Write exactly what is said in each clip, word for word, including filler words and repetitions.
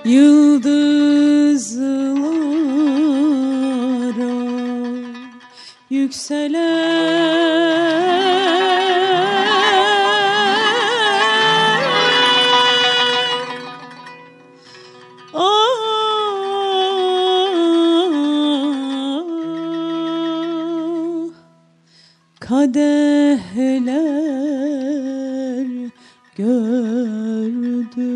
yıldızlara yükselen kadehler gördük.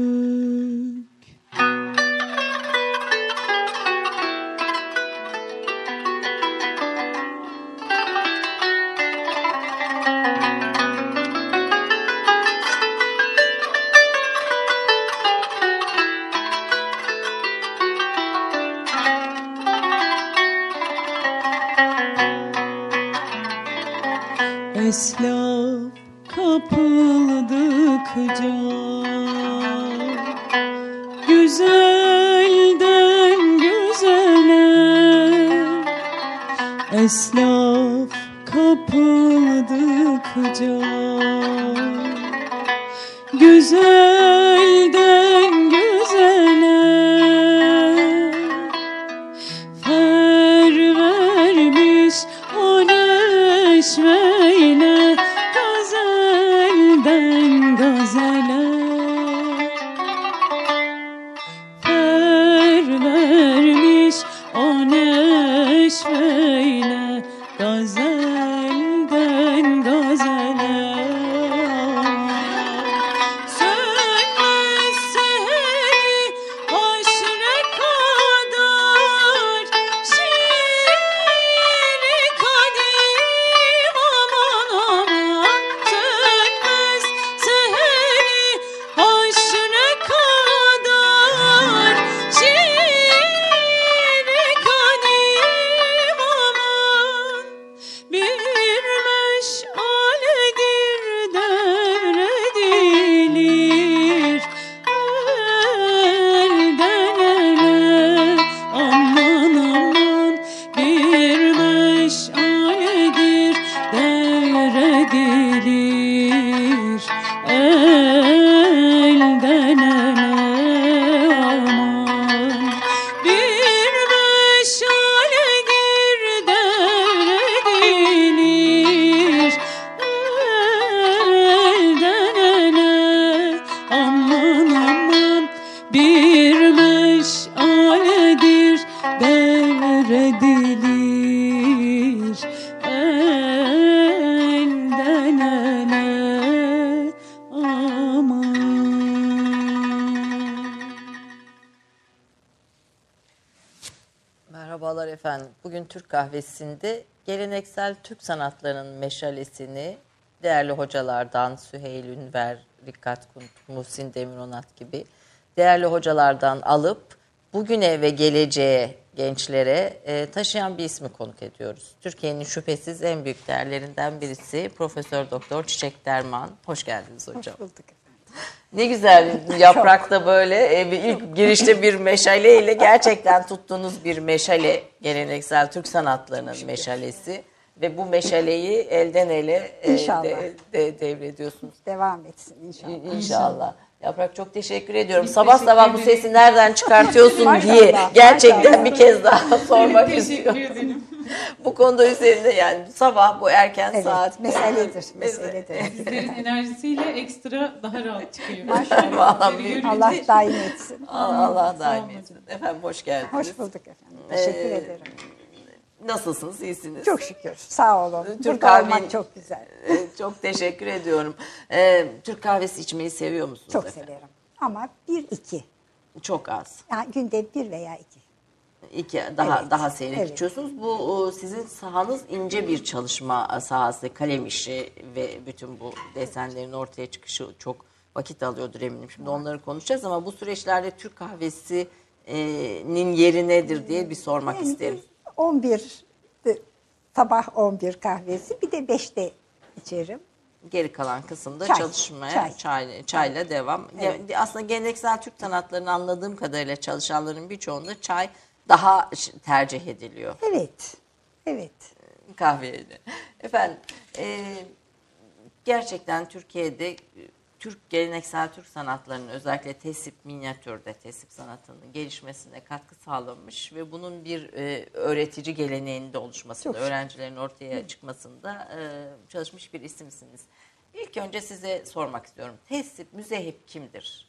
Eslaf kapıldıkça güzelden güzele, eslaf kapıldıkça güzelden güzele, fer vermiş o neşveyle gazelden gazele, fer vermiş o neşveyle gazelden gazele. Sönmez seheri haşre kadar şiiri kadim aman aman. Sönmez seheri haşre kadar şiiri kadim aman. Bir meşaledir devredilir elden ele, aman aman. Bir meşaledir devredilir elden ele, aman. Bir meşaledir devredilir elden ele, aman aman. Bir meşaledir devredilir elden ele, aman. Merhabalar efendim. Bugün Türk Kahvesi'nde geleneksel Türk sanatlarının meşalesini değerli hocalardan Süheyl Ünver, Rikkat Kunt, Muhsin Demirörenat gibi değerli hocalardan alıp bugüne ve geleceğe, gençlere e, taşıyan bir ismi konuk ediyoruz. Türkiye'nin şüphesiz en büyük değerlerinden birisi Profesör Doktor Çiçek Derman. Hoş geldiniz hocam. Hoş bulduk efendim. Ne güzel yaprakta böyle e, bir ilk girişte bir meşale ile gerçekten tuttuğunuz bir meşale, geleneksel Türk sanatlarının meşalesi ve bu meşaleyi elden ele e, İnşallah. de, de, devrediyorsunuz. Devam etsin inşallah. İ- İnşallah. Yaprak çok teşekkür ediyorum. Sabah sabah bu sesi nereden çıkartıyorsun diye gerçekten bir kez daha sormak istiyorum. Bu konuda üzerinde yani sabah bu erken Evet, saat. meseledir, meseledir. Sizlerin enerjisiyle ekstra daha rahat çıkıyor. Maşallah. Allah daim etsin. Allah, Allah daim olun. etsin. Efendim hoş geldiniz. Hoş bulduk efendim. Teşekkür Ee, ederim. Nasılsınız? İyisiniz? Çok şükür. Sağ olun. Türk Burada kahve- olmak çok güzel. Ee, Çok teşekkür ediyorum. Ee, Türk kahvesi içmeyi seviyor musunuz Çok efendim? severim. Ama bir iki. Çok az. Yani günde bir veya iki. İki, daha Evet, daha seyrek evet. içiyorsunuz. Bu o, sizin sahanız ince bir çalışma sahası, kalem işi ve bütün bu desenlerin ortaya çıkışı çok vakit alıyordur eminim. Şimdi onları konuşacağız ama bu süreçlerde Türk kahvesinin yeri nedir diye bir sormak Yani isterim. on bir de- sabah on bir kahvesi, bir de beşte içerim. Geri kalan kısımda Çay, çalışmaya çay. çay, çayla devam. Evet. Ya- Aslında geleneksel Türk sanatlarını anladığım kadarıyla çalışanların birçoğunda çay daha ş- tercih ediliyor Evet. Evet. kahveyle. Efendim e, gerçekten Türkiye'de Türk geleneksel Türk sanatlarının özellikle tesip minyatürde tesip sanatının gelişmesine katkı sağlamış ve bunun bir e, öğretici geleneğinde oluşmasında, Çok. öğrencilerin ortaya çıkmasında e, çalışmış bir isimsiniz. İlk önce size sormak istiyorum. Tesip, müzehip kimdir?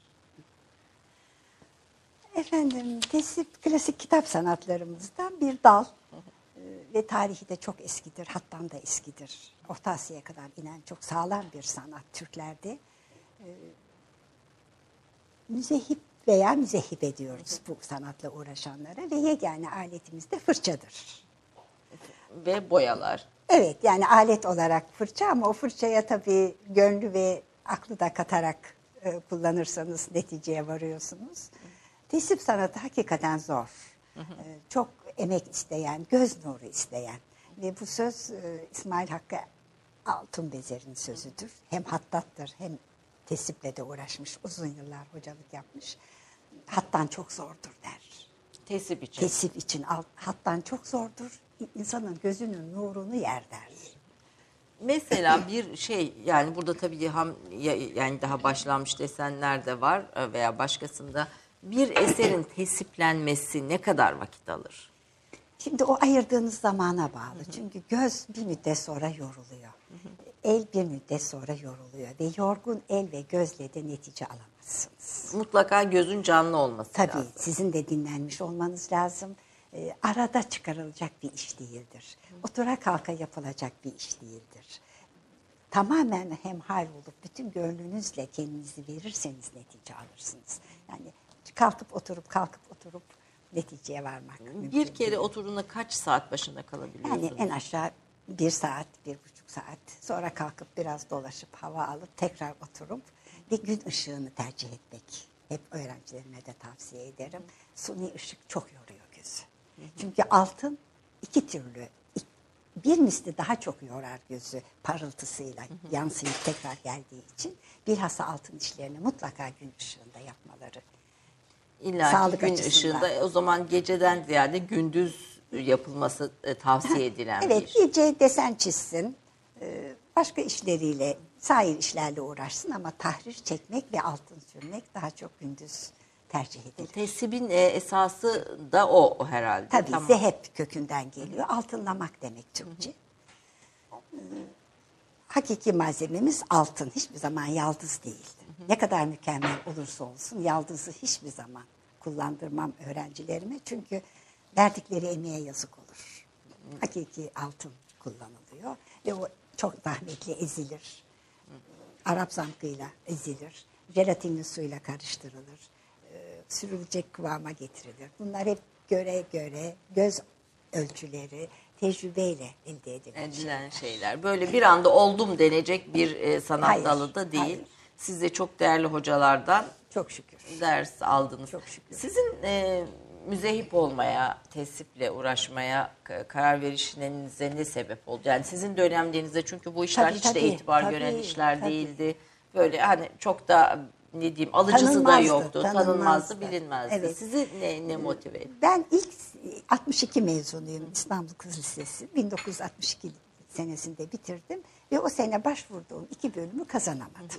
Efendim, tesip klasik kitap sanatlarımızdan bir dal. Ee, ve tarihi de çok eskidir, hattan da eskidir. Orta Asya'ya kadar inen çok sağlam bir sanat Türklerde. Ee, müzehip veya müzehip ediyoruz bu sanatla uğraşanlara ve yegane aletimiz de fırçadır. Ve boyalar. Evet, yani alet olarak fırça ama o fırçaya tabii gönlü ve aklı da katarak e, kullanırsanız neticeye varıyorsunuz. Tesip sanatı hakikaten zor. Hı hı. E, çok emek isteyen, göz nuru isteyen. Ve bu söz e, İsmail Hakkı Altunbezer'in sözüdür. Hem hattattır hem tesiple de uğraşmış. Uzun yıllar hocalık yapmış. Hattan çok zordur der. Tesip için. Tesip için hattan çok zordur. İnsanın gözünün nurunu yer der. Mesela bir şey, yani burada tabii ham, yani daha başlanmış desenler de var veya başkasında bir eserin tesiplenmesi ne kadar vakit alır? Şimdi o ayırdığınız zamana bağlı. Hı hı. Çünkü göz bir müddet sonra yoruluyor. Hı hı. El bir müddet sonra yoruluyor ve yorgun el ve gözle de netice alamazsınız. Mutlaka gözün canlı olması Tabii, lazım. Tabii sizin de dinlenmiş olmanız lazım. Ee, arada çıkarılacak bir iş değildir. Hı. Otura kalka yapılacak bir iş değildir. Tamamen hemhal olup bütün gönlünüzle kendinizi verirseniz netice alırsınız. Yani kalkıp oturup kalkıp oturup neticeye varmak mümkün. Bir kere oturduğunda kaç saat başında kalabiliyorsunuz? Yani en aşağı bir saat, bir buçuk saat. Sonra kalkıp biraz dolaşıp hava alıp tekrar oturup ve gün ışığını tercih etmek. Hep öğrencilerime de tavsiye ederim. Suni ışık çok yoruyor gözü. Çünkü altın iki türlü, bir misli daha çok yorar gözü parıltısıyla yansıyıp tekrar geldiği için. Bilhassa altın işlerini mutlaka gün ışığında yapmaları. İlla ki gün ışığında, o zaman geceden ziyade gündüz yapılması tavsiye edilen evet, bir. Evet, gece desen çizsin, başka işleriyle, sair işlerle uğraşsın ama tahrir çekmek ve altın sürmek daha çok gündüz tercih edilir. Tesibin esası da o herhalde. Tabii, tamam. Zehep kökünden geliyor. Altınlamak demek Türkçe. Hı hı. Hakiki malzememiz altın. Hiçbir zaman yaldız değil. Hı hı. Ne kadar mükemmel olursa olsun yaldızı hiçbir zaman kullandırmam öğrencilerime. Çünkü verdikleri emeğe yazık olur. Hı. Hakiki altın kullanılıyor. Ve o çok zahmetli ezilir. Hı. Arap zamkıyla ezilir. Jelatinli suyla karıştırılır. Sürülecek kıvama getirilir. Bunlar hep göre göre göz ölçüleri, tecrübeyle elde edilen, edilen şeyler. şeyler. Böyle bir anda oldum denecek bir e, sanat hayır, dalı da değil. Hayır. Siz de çok değerli hocalardan çok şükür ders aldınız. Çok şükür. Sizin e, müzehip olmaya, tesiple uğraşmaya karar verişinize ne sebep oldu? Yani sizin dönemlerinizde, çünkü bu işler tabii, hiç tabii, de itibar tabii, gören işler tabii. değildi. Böyle hani çok da ne diyeyim, alıcısı tanınmazdı, da yoktu, tanınmazdı, tanınmazdı bilinmezdi. Evet. Sizi ne, ne motive etti? Ben ilk altmış iki mezunuyum, İstanbul Kız Lisesi. bin dokuz yüz altmış iki senesinde bitirdim ve o sene başvurduğum iki bölümü kazanamadım.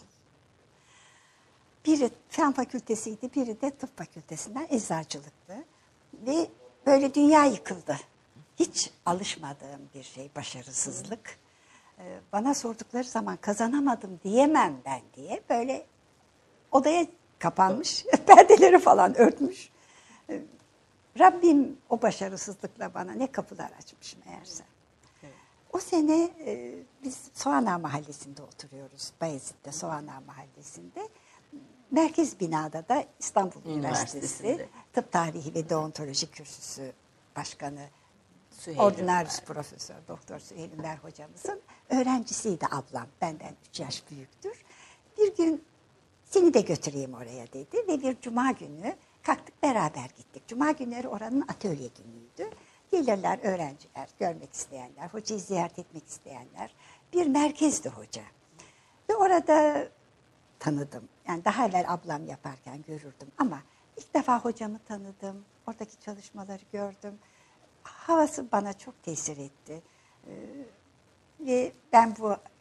Biri Fen Fakültesiydi, biri de Tıp Fakültesinden eczacılıktı. Ve böyle dünya yıkıldı. Hiç alışmadığım bir şey, başarısızlık. Bana sordukları zaman kazanamadım diyemem ben diye böyle odaya kapanmış, perdeleri falan örtmüş. Rabbim o başarısızlıkla bana ne kapılar açmış meğerse. Evet. O sene e, biz Soğana Mahallesi'nde oturuyoruz. Bayezid'de Soğana Mahallesi'nde. Merkez binada da İstanbul Üniversitesi Tıp Tarihi ve Deontoloji Kürsüsü Başkanı Ordinarius Profesör Doktor Süheyl Ünver hocamızın öğrencisiydi ablam. Benden üç yaş büyüktür. Bir gün seni de götüreyim oraya dedi ve bir cuma günü kalktık, beraber gittik. Cuma günleri oranın atölye günüydü. Gelirler öğrenciler, görmek isteyenler, hocayı ziyaret etmek isteyenler. Bir merkezdi hoca. Ve orada tanıdım. Yani daha evvel ablam yaparken görürdüm ama ilk defa hocamı tanıdım. Oradaki çalışmaları gördüm. Havası bana çok tesir etti. Ee, ve ben bu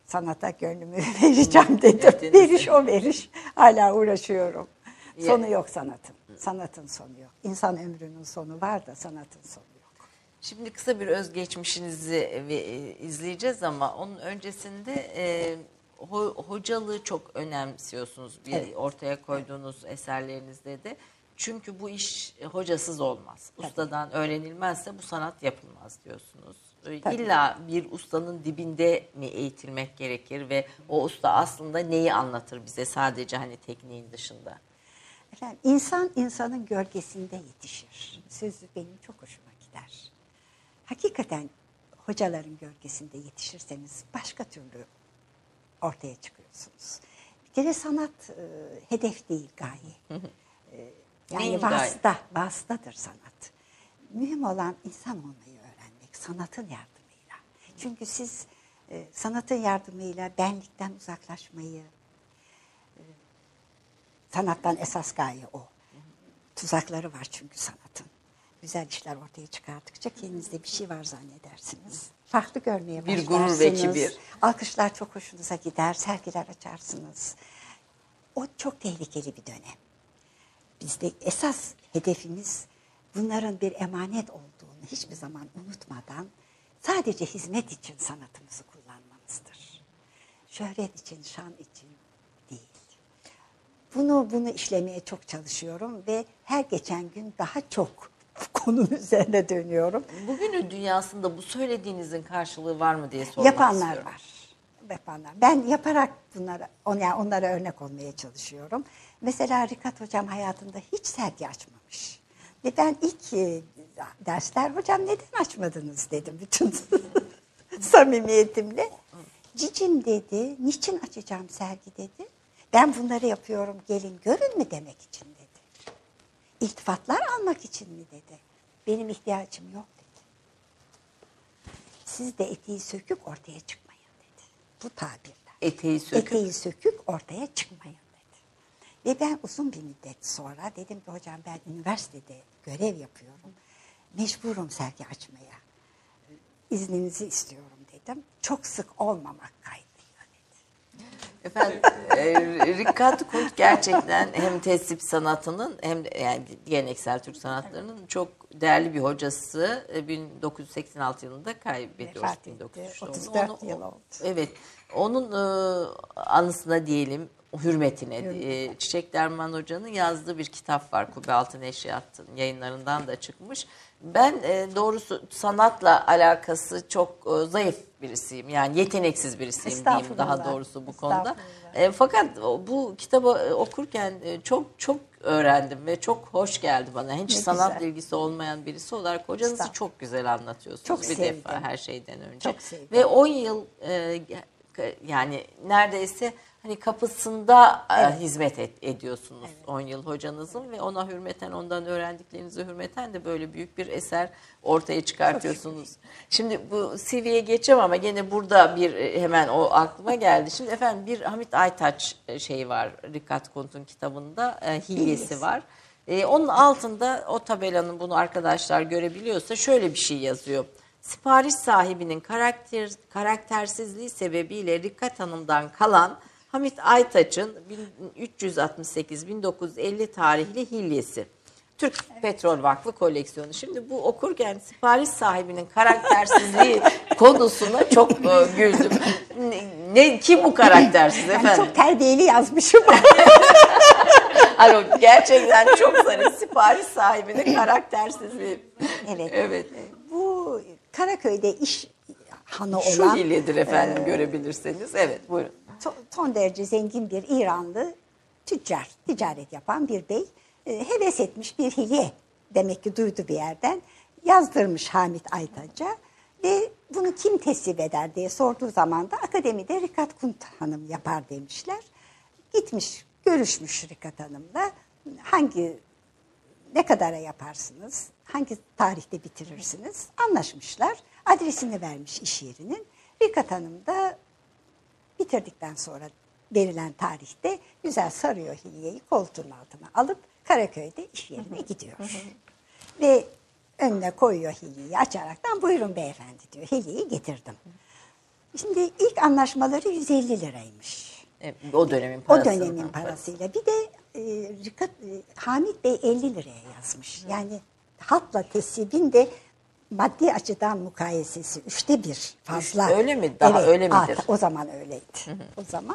sanata gönlümü vereceğim dedim. Evet, Veriş o veriş. Hala uğraşıyorum. Ya- Sonu yok sanatın. Sanatın sonu yok. İnsan ömrünün sonu var da sanatın sonu yok. Şimdi kısa bir özgeçmişinizi ve e, izleyeceğiz ama onun öncesinde e, ho- hocalığı çok önemsiyorsunuz bir Evet. ortaya koyduğunuz eserlerinizde de. Çünkü bu iş e, hocasız olmaz. Ustadan öğrenilmezse bu sanat yapılmaz diyorsunuz. E, Tabii. İlla bir ustanın dibinde mi eğitilmek gerekir ve o usta aslında neyi anlatır bize sadece hani tekniğin dışında? Efendim, insan insanın gölgesinde yetişir. Sözü benim çok hoşuma gider. Hakikaten hocaların gölgesinde yetişirseniz başka türlü ortaya çıkıyorsunuz. Bir kere sanat e, hedef değil, gaye. E, yani Neyin gaye? vasıta, vasıtadır sanat. Mühim olan insan olmayı öğrenmek, sanatın yardımıyla. Çünkü siz e, sanatın yardımıyla benlikten uzaklaşmayı, sanattan esas gaye o. Tuzakları var çünkü sanatın. Güzel işler ortaya çıkardıkça kendinizde bir şey var zannedersiniz. Farklı görmeye Bir başlarsınız. gurur ve kibir. Alkışlar çok hoşunuza gider, sergiler açarsınız. O çok tehlikeli bir dönem. Bizde esas hedefimiz bunların bir emanet olduğunu hiçbir zaman unutmadan sadece hizmet için sanatımızı kullanmamızdır. Şöhret için, şan için değil. Bunu bunu işlemeye çok çalışıyorum ve her geçen gün daha çok konunun üzerine dönüyorum. Bugünün dünyasında bu söylediğinizin karşılığı var mı diye sormak Yapanlar istiyorum. var. Yapanlar. Ben yaparak bunlara, on- yani onlara örnek olmaya çalışıyorum. Mesela Rikat hocam hayatında hiç sergi açmamış. Ve ben ilk e, dersler hocam neden açmadınız dedim bütün samimiyetimle. Cicim dedi, niçin açacağım sergi dedi. Ben bunları yapıyorum gelin görün mü demek için dedi. İltifatlar almak için mi dedi. Benim ihtiyacım yok dedi. Siz de eteği sökük ortaya çıkmayın dedi. Bu tabirler. Eteği söküp Eteği sökük ortaya çıkmayın dedi. Ve ben uzun bir müddet sonra dedim ki hocam ben üniversitede görev yapıyorum. Mecburum sergi açmaya. İzninizi istiyorum dedim. Çok sık olmamak kaydıyla dedi. efendim e, Rikkat Kunt gerçekten hem tesip sanatının hem de yani geleneksel Türk sanatlarının çok değerli bir hocası. E, bin dokuz yüz seksen altı yılında kaybediyoruz. Vefat bin dokuz yüz etti. üçte otuz onu. dört Onu- yıl oldu. Evet. Onun e, anısına diyelim, hürmetine e, Çiçek Derman Hoca'nın yazdığı bir kitap var. Kubealtı Neşriyat'ın yayınlarından da çıkmış. Ben e, doğrusu sanatla alakası çok e, zayıf birisiyim. Yani yeteneksiz birisiyim diyeyim daha Estağfurullah. doğrusu bu konuda. Estağfurullah. E, fakat o- bu kitabı e, okurken e, çok çok öğrendim ve çok hoş geldi bana. Hiç Ne sanatla güzel. ilgisi olmayan birisi olarak hocanızı Estağfurullah. çok güzel anlatıyorsunuz. Çok bir sevdim. defa her şeyden önce. Çok sevdim. Ve on yıl e, yani neredeyse hani kapısında e, Evet. hizmet et, ediyorsunuz on yıl hocanızın ve ona hürmeten ondan öğrendiklerinize hürmeten de böyle büyük bir eser ortaya çıkartıyorsunuz. Şimdi bu C V'ye geçeceğim ama gene burada bir e, hemen o aklıma geldi. Şimdi efendim bir Hamit Aytaç e, şeyi var Rikkat Kunt'un kitabında e, hilyesi Hilyesi. var. E, onun altında o tabelanın bunu arkadaşlar görebiliyorsa şöyle bir şey yazıyor. Sipariş sahibinin karakter, karaktersizliği sebebiyle Rikkat Hanım'dan kalan Hamit Aytaç'ın bin üç yüz altmış sekiz bin dokuz yüz elli tarihli hilyesi. Türk Petrol Vakfı koleksiyonu. Şimdi bu okurken sipariş sahibinin karaktersizliği konusuna çok e, güldüm. Ne, ne, kim bu karaktersiz Ben efendim? çok terbiyeli yazmışım. Alo, gerçekten çok zarif. Sipariş sahibinin karaktersizliği. Evet. Evet. Bu Karaköy'de iş hanı Şu olan hilyedir efendim görebilirseniz. Evet buyurun. to- son derece zengin bir İranlı tüccar, ticaret yapan bir bey e, heves etmiş bir hilye demek ki duydu bir yerden. Yazdırmış Hamit Aytaç'a ve bunu kim teslim eder diye sorduğu zaman da akademide Rikkat Kunt Hanım yapar demişler. Gitmiş, görüşmüş Rikkat Hanım'la. Hangi ne kadara yaparsınız? Hangi tarihte bitirirsiniz? Anlaşmışlar. Adresini vermiş iş yerinin. Rikkat Hanım da bitirdikten sonra verilen tarihte güzel sarıyor hilyeyi koltuğun altına alıp Karaköy'de iş yerine gidiyor. Ve önüne koyuyor hilyeyi açaraktan buyurun beyefendi diyor. Hilyeyi getirdim. Şimdi ilk anlaşmaları yüz elli liraymış. E, o dönemin O parası. dönemin parasıyla. Bir de e, Rikat, e, Hamit Bey elli liraya yazmış. Yani hatla tesibin de maddi açıdan mukayesesi üçte bir fazla. Öyle mi? Daha öyle midir? Aa, o zaman öyleydi. O zaman.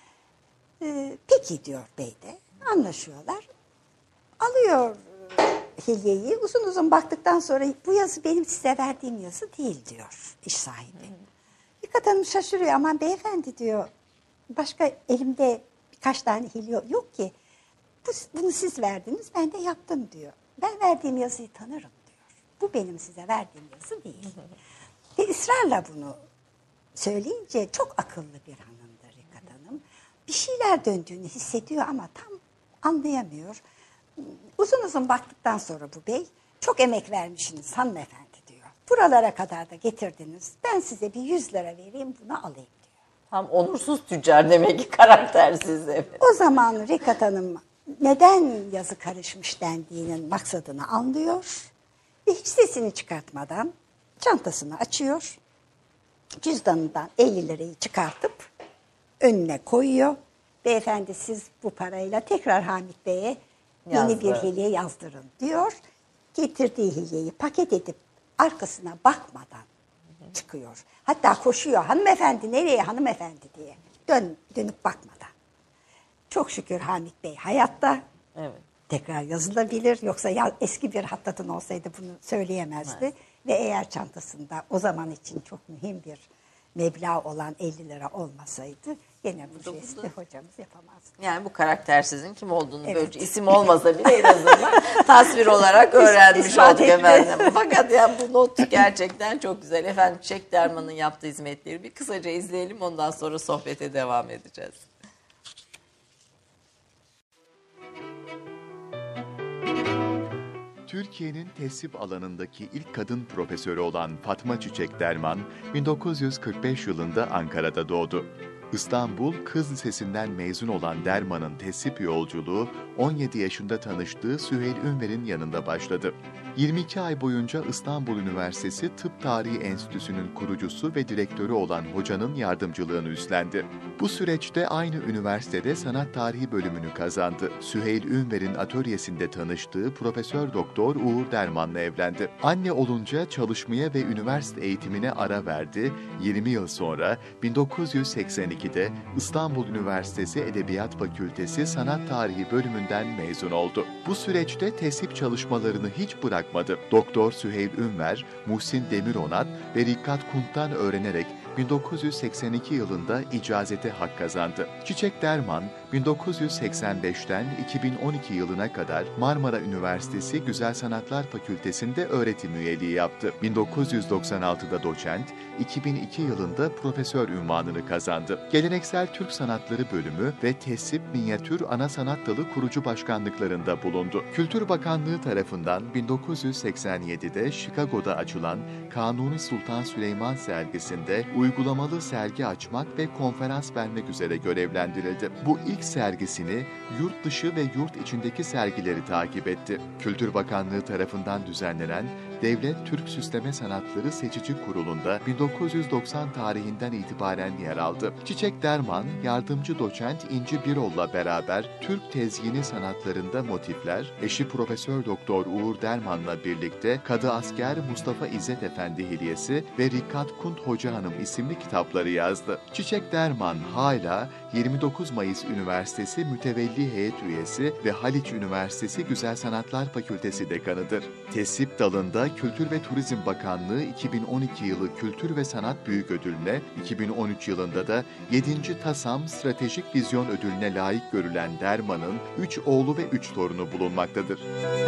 E, peki diyor bey de. Anlaşıyorlar. Alıyor hilyeyi. Uzun uzun baktıktan sonra bu yazı benim size verdiğim yazı değil diyor iş sahibi. Rikat Hanım şaşırıyor. Aman beyefendi diyor. Başka elimde birkaç tane hilye yok ki. Bu, bunu siz verdiniz, ben de yaptım diyor. Ben verdiğim yazıyı tanırım diyor. Bu benim size verdiğim yazı değil. Ve ısrarla bunu söyleyince çok akıllı bir hanımdır Rikat Hanım. Bir şeyler döndüğünü hissediyor ama tam anlayamıyor. Uzun uzun baktıktan sonra bu bey, çok emek vermişsiniz hanımefendi diyor. Buralara kadar da getirdiniz. Ben size bir yüz lira vereyim, bunu alayım diyor. Tam onursuz tüccar demek ki, karaktersiz. Evet. O zaman Rikat Hanım neden yazı karışmış dendiğinin maksadını anlıyor ve hiç sesini çıkartmadan çantasını açıyor, cüzdanından elli lirayı çıkartıp önüne koyuyor. Beyefendi siz bu parayla tekrar Hamit Bey'e yeni Yazdı. bir hilye yazdırın diyor. Getirdiği hilyeyi paket edip arkasına bakmadan çıkıyor. Hatta koşuyor, hanımefendi nereye hanımefendi diye. Dön, dönüp bakmadan. Çok şükür Hamit Bey hayatta. Evet. Tekrar yazılabilir. Yoksa ya, eski bir hattatın olsaydı bunu söyleyemezdi. Evet. Ve eğer çantasında o zaman için çok mühim bir meblağ olan elli lira olmasaydı gene bu jesti hocamız yapamazdı. Yani bu karaktersizin kim olduğunu Evet. böylece isim olmasa bile en azından tasvir olarak öğrenmiş İspat olduk etti. efendim. Fakat yani bu not gerçekten çok güzel. Efendim Çiçek Derman'ın yaptığı hizmetleri bir kısaca izleyelim. Ondan sonra sohbete devam edeceğiz. Türkiye'nin tesip alanındaki ilk kadın profesörü olan Fatma Çiçek Derman, bin dokuz yüz kırk beş yılında Ankara'da doğdu. İstanbul Kız Lisesi'nden mezun olan Derman'ın tesip yolculuğu on yedi yaşında tanıştığı Süheyl Ünver'in yanında başladı. yirmi iki ay boyunca İstanbul Üniversitesi Tıp Tarihi Enstitüsü'nün kurucusu ve direktörü olan hocanın yardımcılığını üstlendi. Bu süreçte aynı üniversitede sanat tarihi bölümünü kazandı. Süheyl Ünver'in atölyesinde tanıştığı Profesör Doktor Uğur Derman'la evlendi. Anne olunca çalışmaya ve üniversite eğitimine ara verdi. yirmi yıl sonra bin dokuz yüz seksen ikide İstanbul Üniversitesi Edebiyat Fakültesi Sanat Tarihi bölümünden mezun oldu. Bu süreçte tesip çalışmalarını hiç bırakmadı. Doktor Süheyl Ünver, Muhsin Demirönath ve Rikkat Kunt'tan öğrenerek bin dokuz yüz seksen iki yılında icazete hak kazandı. Çiçek Derman, bin dokuz yüz seksen beşten iki bin on iki yılına kadar Marmara Üniversitesi Güzel Sanatlar Fakültesi'nde öğretim üyeliği yaptı. bin dokuz yüz doksan altıda doçent, iki bin iki yılında profesör unvanını kazandı. Geleneksel Türk Sanatları Bölümü ve Tesip Minyatür Ana Sanat Dalı kurucu başkanlıklarında bulundu. Kültür Bakanlığı tarafından bin dokuz yüz seksen yedide Chicago'da açılan Kanuni Sultan Süleyman sergisinde uygulamalı sergi açmak ve konferans vermek üzere görevlendirildi. Bu ilk sergisini yurt dışı ve yurt içindeki sergileri takip etti. Kültür Bakanlığı tarafından düzenlenen Devlet Türk Süsleme Sanatları Seçici Kurulu'nda bin dokuz yüz doksan tarihinden itibaren yer aldı. Çiçek Derman, yardımcı doçent İnci Birol'la beraber Türk tezgini sanatlarında motifler, eşi Profesör Doktor Uğur Derman'la birlikte Kadı Asker Mustafa İzzet Efendi Hilyesi ve Rikkat Kunt Hoca Hanım isimli kitapları yazdı. Çiçek Derman hala yirmi dokuz Mayıs Üniversitesi Mütevelli Heyet Üyesi ve Haliç Üniversitesi Güzel Sanatlar Fakültesi Dekanıdır. Tesip dalında Kültür ve Turizm Bakanlığı iki bin on iki yılı Kültür ve Sanat Büyük Ödülüne, iki bin on üç yılında da yedinci TASAM Stratejik Vizyon Ödülüne layık görülen Derman'ın üç oğlu ve üç torunu bulunmaktadır.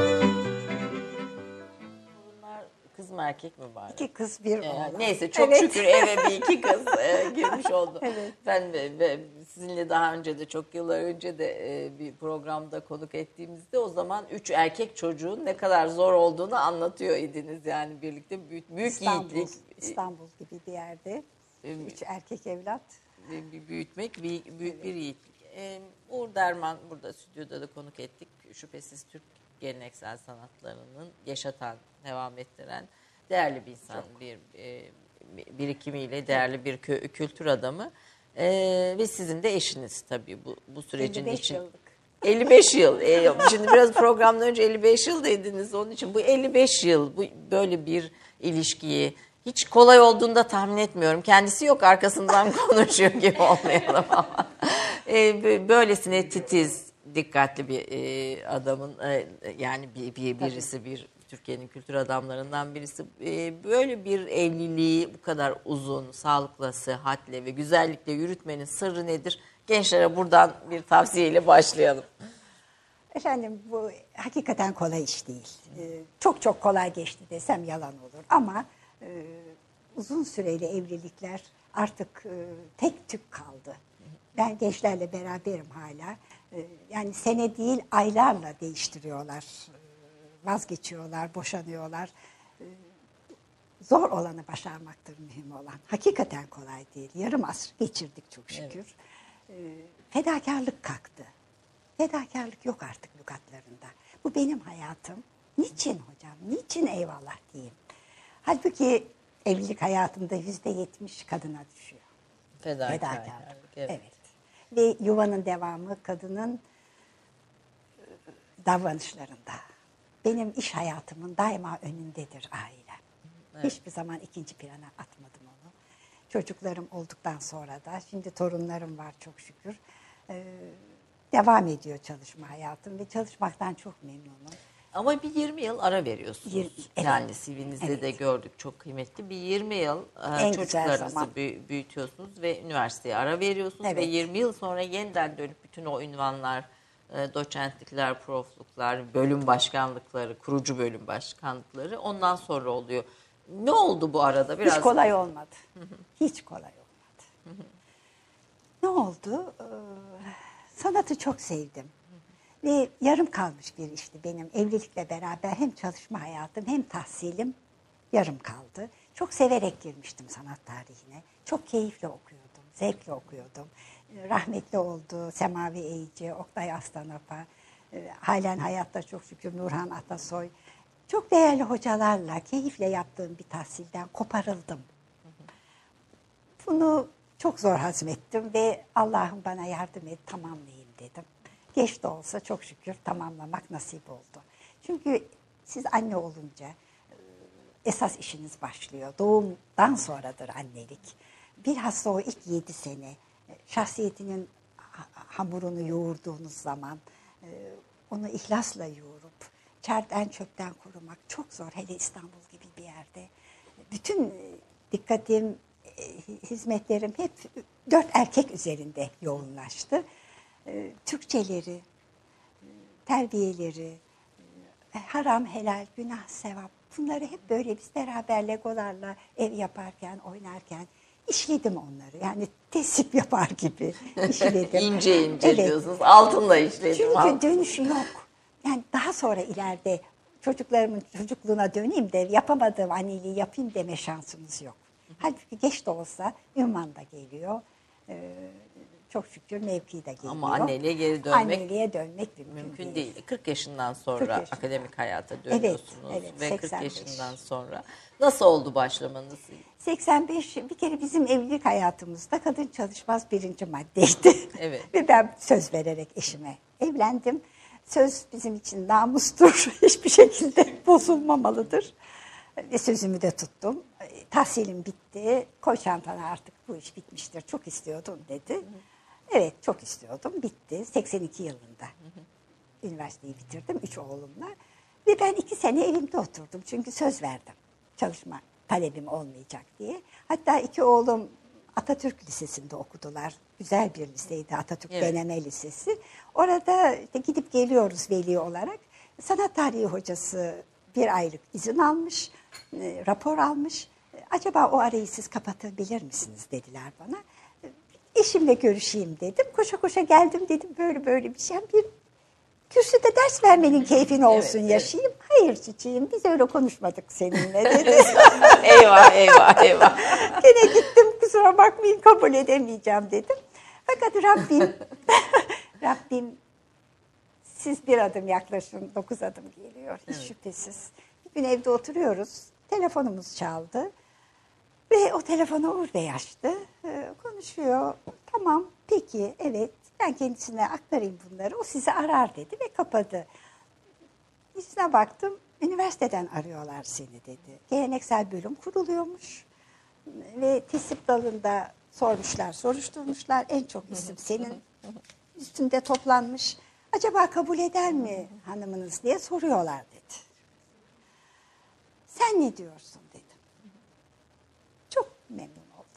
Bunlar kız mı erkek mi var? İki kız bir Ee, oğlan. neyse çok Evet. şükür eve bir iki kız e, girmiş oldu. Evet. Ben ve, ve sizinle daha önce de çok yıllar önce de e, bir programda konuk ettiğimizde o zaman üç erkek çocuğun ne kadar zor olduğunu anlatıyor idiniz yani birlikte büyük, büyük İstanbul, yiğitlik. İstanbul gibi bir yerde. Ee, Üç erkek evlat. bir bir büyütmek büyük, büyük bir yiğitlik. Ee, Uğur Derman burada stüdyoda da konuk ettik. Şüphesiz Türk geleneksel sanatlarının yaşatan, devam ettiren değerli bir insan, bir e, birikimiyle değerli bir kö- kültür adamı. E, ve sizin de eşiniz tabii bu, bu sürecin elli beş için. yıllık. elli beş yıl. E, şimdi biraz programdan önce elli beş yıl dediniz. Onun için bu elli beş yıl bu böyle bir ilişkiyi hiç kolay olduğunu da tahmin etmiyorum. Kendisi yok, arkasından konuşuyor gibi olmayalım ama. E, böylesine titiz, dikkatli bir e, adamın e, yani bir, bir birisi bir Türkiye'nin kültür adamlarından birisi. E, böyle bir evliliği bu kadar uzun, sağlıkla, sıhhatle ve güzellikle yürütmenin sırrı nedir? Gençlere buradan bir tavsiyeyle başlayalım. Efendim bu hakikaten kolay iş değil. Ee, çok çok kolay geçti desem yalan olur. Ama e, uzun süreli evlilikler artık e, tek tük kaldı. Ben gençlerle beraberim hala. E, yani sene değil aylarla değiştiriyorlar. E, vazgeçiyorlar, boşanıyorlar. E, zor olanı başarmaktır mühim olan. Hakikaten kolay değil. Yarım asır geçirdik çok şükür. Evet. E, fedakarlık kalktı. Fedakarlık yok artık lügatlarında. Bu benim hayatım. Niçin hocam? Niçin eyvallah diyeyim? Halbuki evlilik hayatında yüzde yetmiş kadına düşüyor. Fedakarlık. Fedakarlık. Evet. Evet. Ve yuvanın devamı kadının davranışlarında. Benim iş hayatımın daima önündedir ailem. Evet. Hiçbir zaman ikinci plana atmadım onu. Çocuklarım olduktan sonra da, şimdi torunlarım var çok şükür. Ee, devam ediyor çalışma hayatım ve çalışmaktan çok memnunum. Ama bir yirmi yıl ara veriyorsunuz. Yir- evet. Yani C V'nizde Evet. de gördük, çok kıymetli. Bir yirmi yıl En güzel çocuklarınızı zaman. büyü- büyütüyorsunuz ve üniversiteye ara veriyorsunuz. Evet. Ve yirmi yıl sonra yeniden dönüp bütün o ünvanlar, e, doçentlikler, profluklar, bölüm başkanlıkları, kurucu bölüm başkanlıkları ondan sonra oluyor. Ne oldu bu arada? Biraz... Hiç kolay olmadı. Hiç kolay olmadı. Ne oldu? Ee, sanatı çok sevdim. Ve yarım kalmış bir işti benim. Evlilikle beraber hem çalışma hayatım hem tahsilim yarım kaldı. Çok severek girmiştim sanat tarihine. Çok keyifle okuyordum, zevkle okuyordum. Ee, rahmetli oldu Semavi Eyici, Oktay Aslanapa, e, halen hayatta çok şükür Nurhan Atasoy. Çok değerli hocalarla keyifle yaptığım bir tahsilden koparıldım. Bunu çok zor hazmettim ve Allah'ım bana yardım et, tamamlayayım dedim. Geç de olsa çok şükür tamamlamak nasip oldu. Çünkü siz anne olunca esas işiniz başlıyor. Doğumdan sonradır annelik. Bilhassa o ilk yedi sene şahsiyetinin hamurunu yoğurduğunuz zaman onu ihlasla yoğurup çerden çöpten korumak çok zor. Hele İstanbul gibi bir yerde. Bütün dikkatim, hizmetlerim hep dört erkek üzerinde yoğunlaştı. Türkçeleri, terbiyeleri, haram, helal, günah, sevap, bunları hep böyle biz beraber legolarla ev yaparken, oynarken işledim onları. Yani tesip yapar gibi işledim. ince ince evet. diyorsunuz. Altınla işledim. Çünkü Alt... dönüşü yok. Yani daha sonra ileride çocuklarımın çocukluğuna döneyim de yapamadığım anneliği yapayım deme şansımız yok. Halbuki geç de olsa ünvan da geliyor. Ee, çok şükür mevki de geliyor. Ama anneliğe geri dönmek, anneliğe dönmek mümkün, mümkün değil. değil. kırk yaşından sonra kırk yaşından. akademik hayata dönüyorsunuz Evet, evet, ve seksen beş. kırk yaşından sonra nasıl oldu başlamanız? seksen beş bir kere bizim evlilik hayatımızda kadın çalışmaz birinci maddeydi. Evet. Ve ben söz vererek eşime evlendim. Söz bizim için namustur. Hiçbir şekilde bozulmamalıdır. Ve sözümü de tuttum. Tahsilim bitti. Koy çantana, artık bu iş bitmiştir. Çok istiyordum dedi. Evet, çok istiyordum. Bitti. seksen iki yılında üniversiteyi bitirdim üç oğlumla. Ve ben iki sene evimde oturdum. Çünkü söz verdim. Çalışma talebim olmayacak diye. Hatta iki oğlum Atatürk Lisesi'nde okudular. Güzel bir liseydi, Atatürk Evet. Deneme Lisesi. Orada işte gidip geliyoruz veli olarak. Sanat tarihi hocası bir aylık izin almış, e, rapor almış. Acaba o arayı siz kapatabilir misiniz dediler bana. Eşimle görüşeyim dedim. Koşa koşa geldim, dedim böyle böyle bir şey. Bir kürsüde ders vermenin keyfini olsun, Evet, yaşayayım. Evet. Hayır çiçeğim, biz öyle konuşmadık seninle dedi. eyvah eyvah eyvah. Gene gittim, kusura bakmayın kabul edemeyeceğim dedim. Fakat Rabbim, Rabbim siz bir adım yaklaşın, dokuz adım geliyor hiç evet. şüphesiz. Bir gün evde oturuyoruz, telefonumuz çaldı. Ve o telefonu Uğur Bey açtı. Ee, konuşuyor. Tamam, peki, evet. Ben kendisine aktarayım bunları. O sizi arar dedi ve kapadı. İzine baktım. Üniversiteden arıyorlar seni dedi. Geleneksel bölüm kuruluyormuş. Ve tesip dalında sormuşlar, soruşturmuşlar. En çok isim senin üstünde toplanmış. Acaba kabul eder mi hanımınız diye soruyorlar dedi. Sen ne diyorsun dedim. Çok memnun oldu.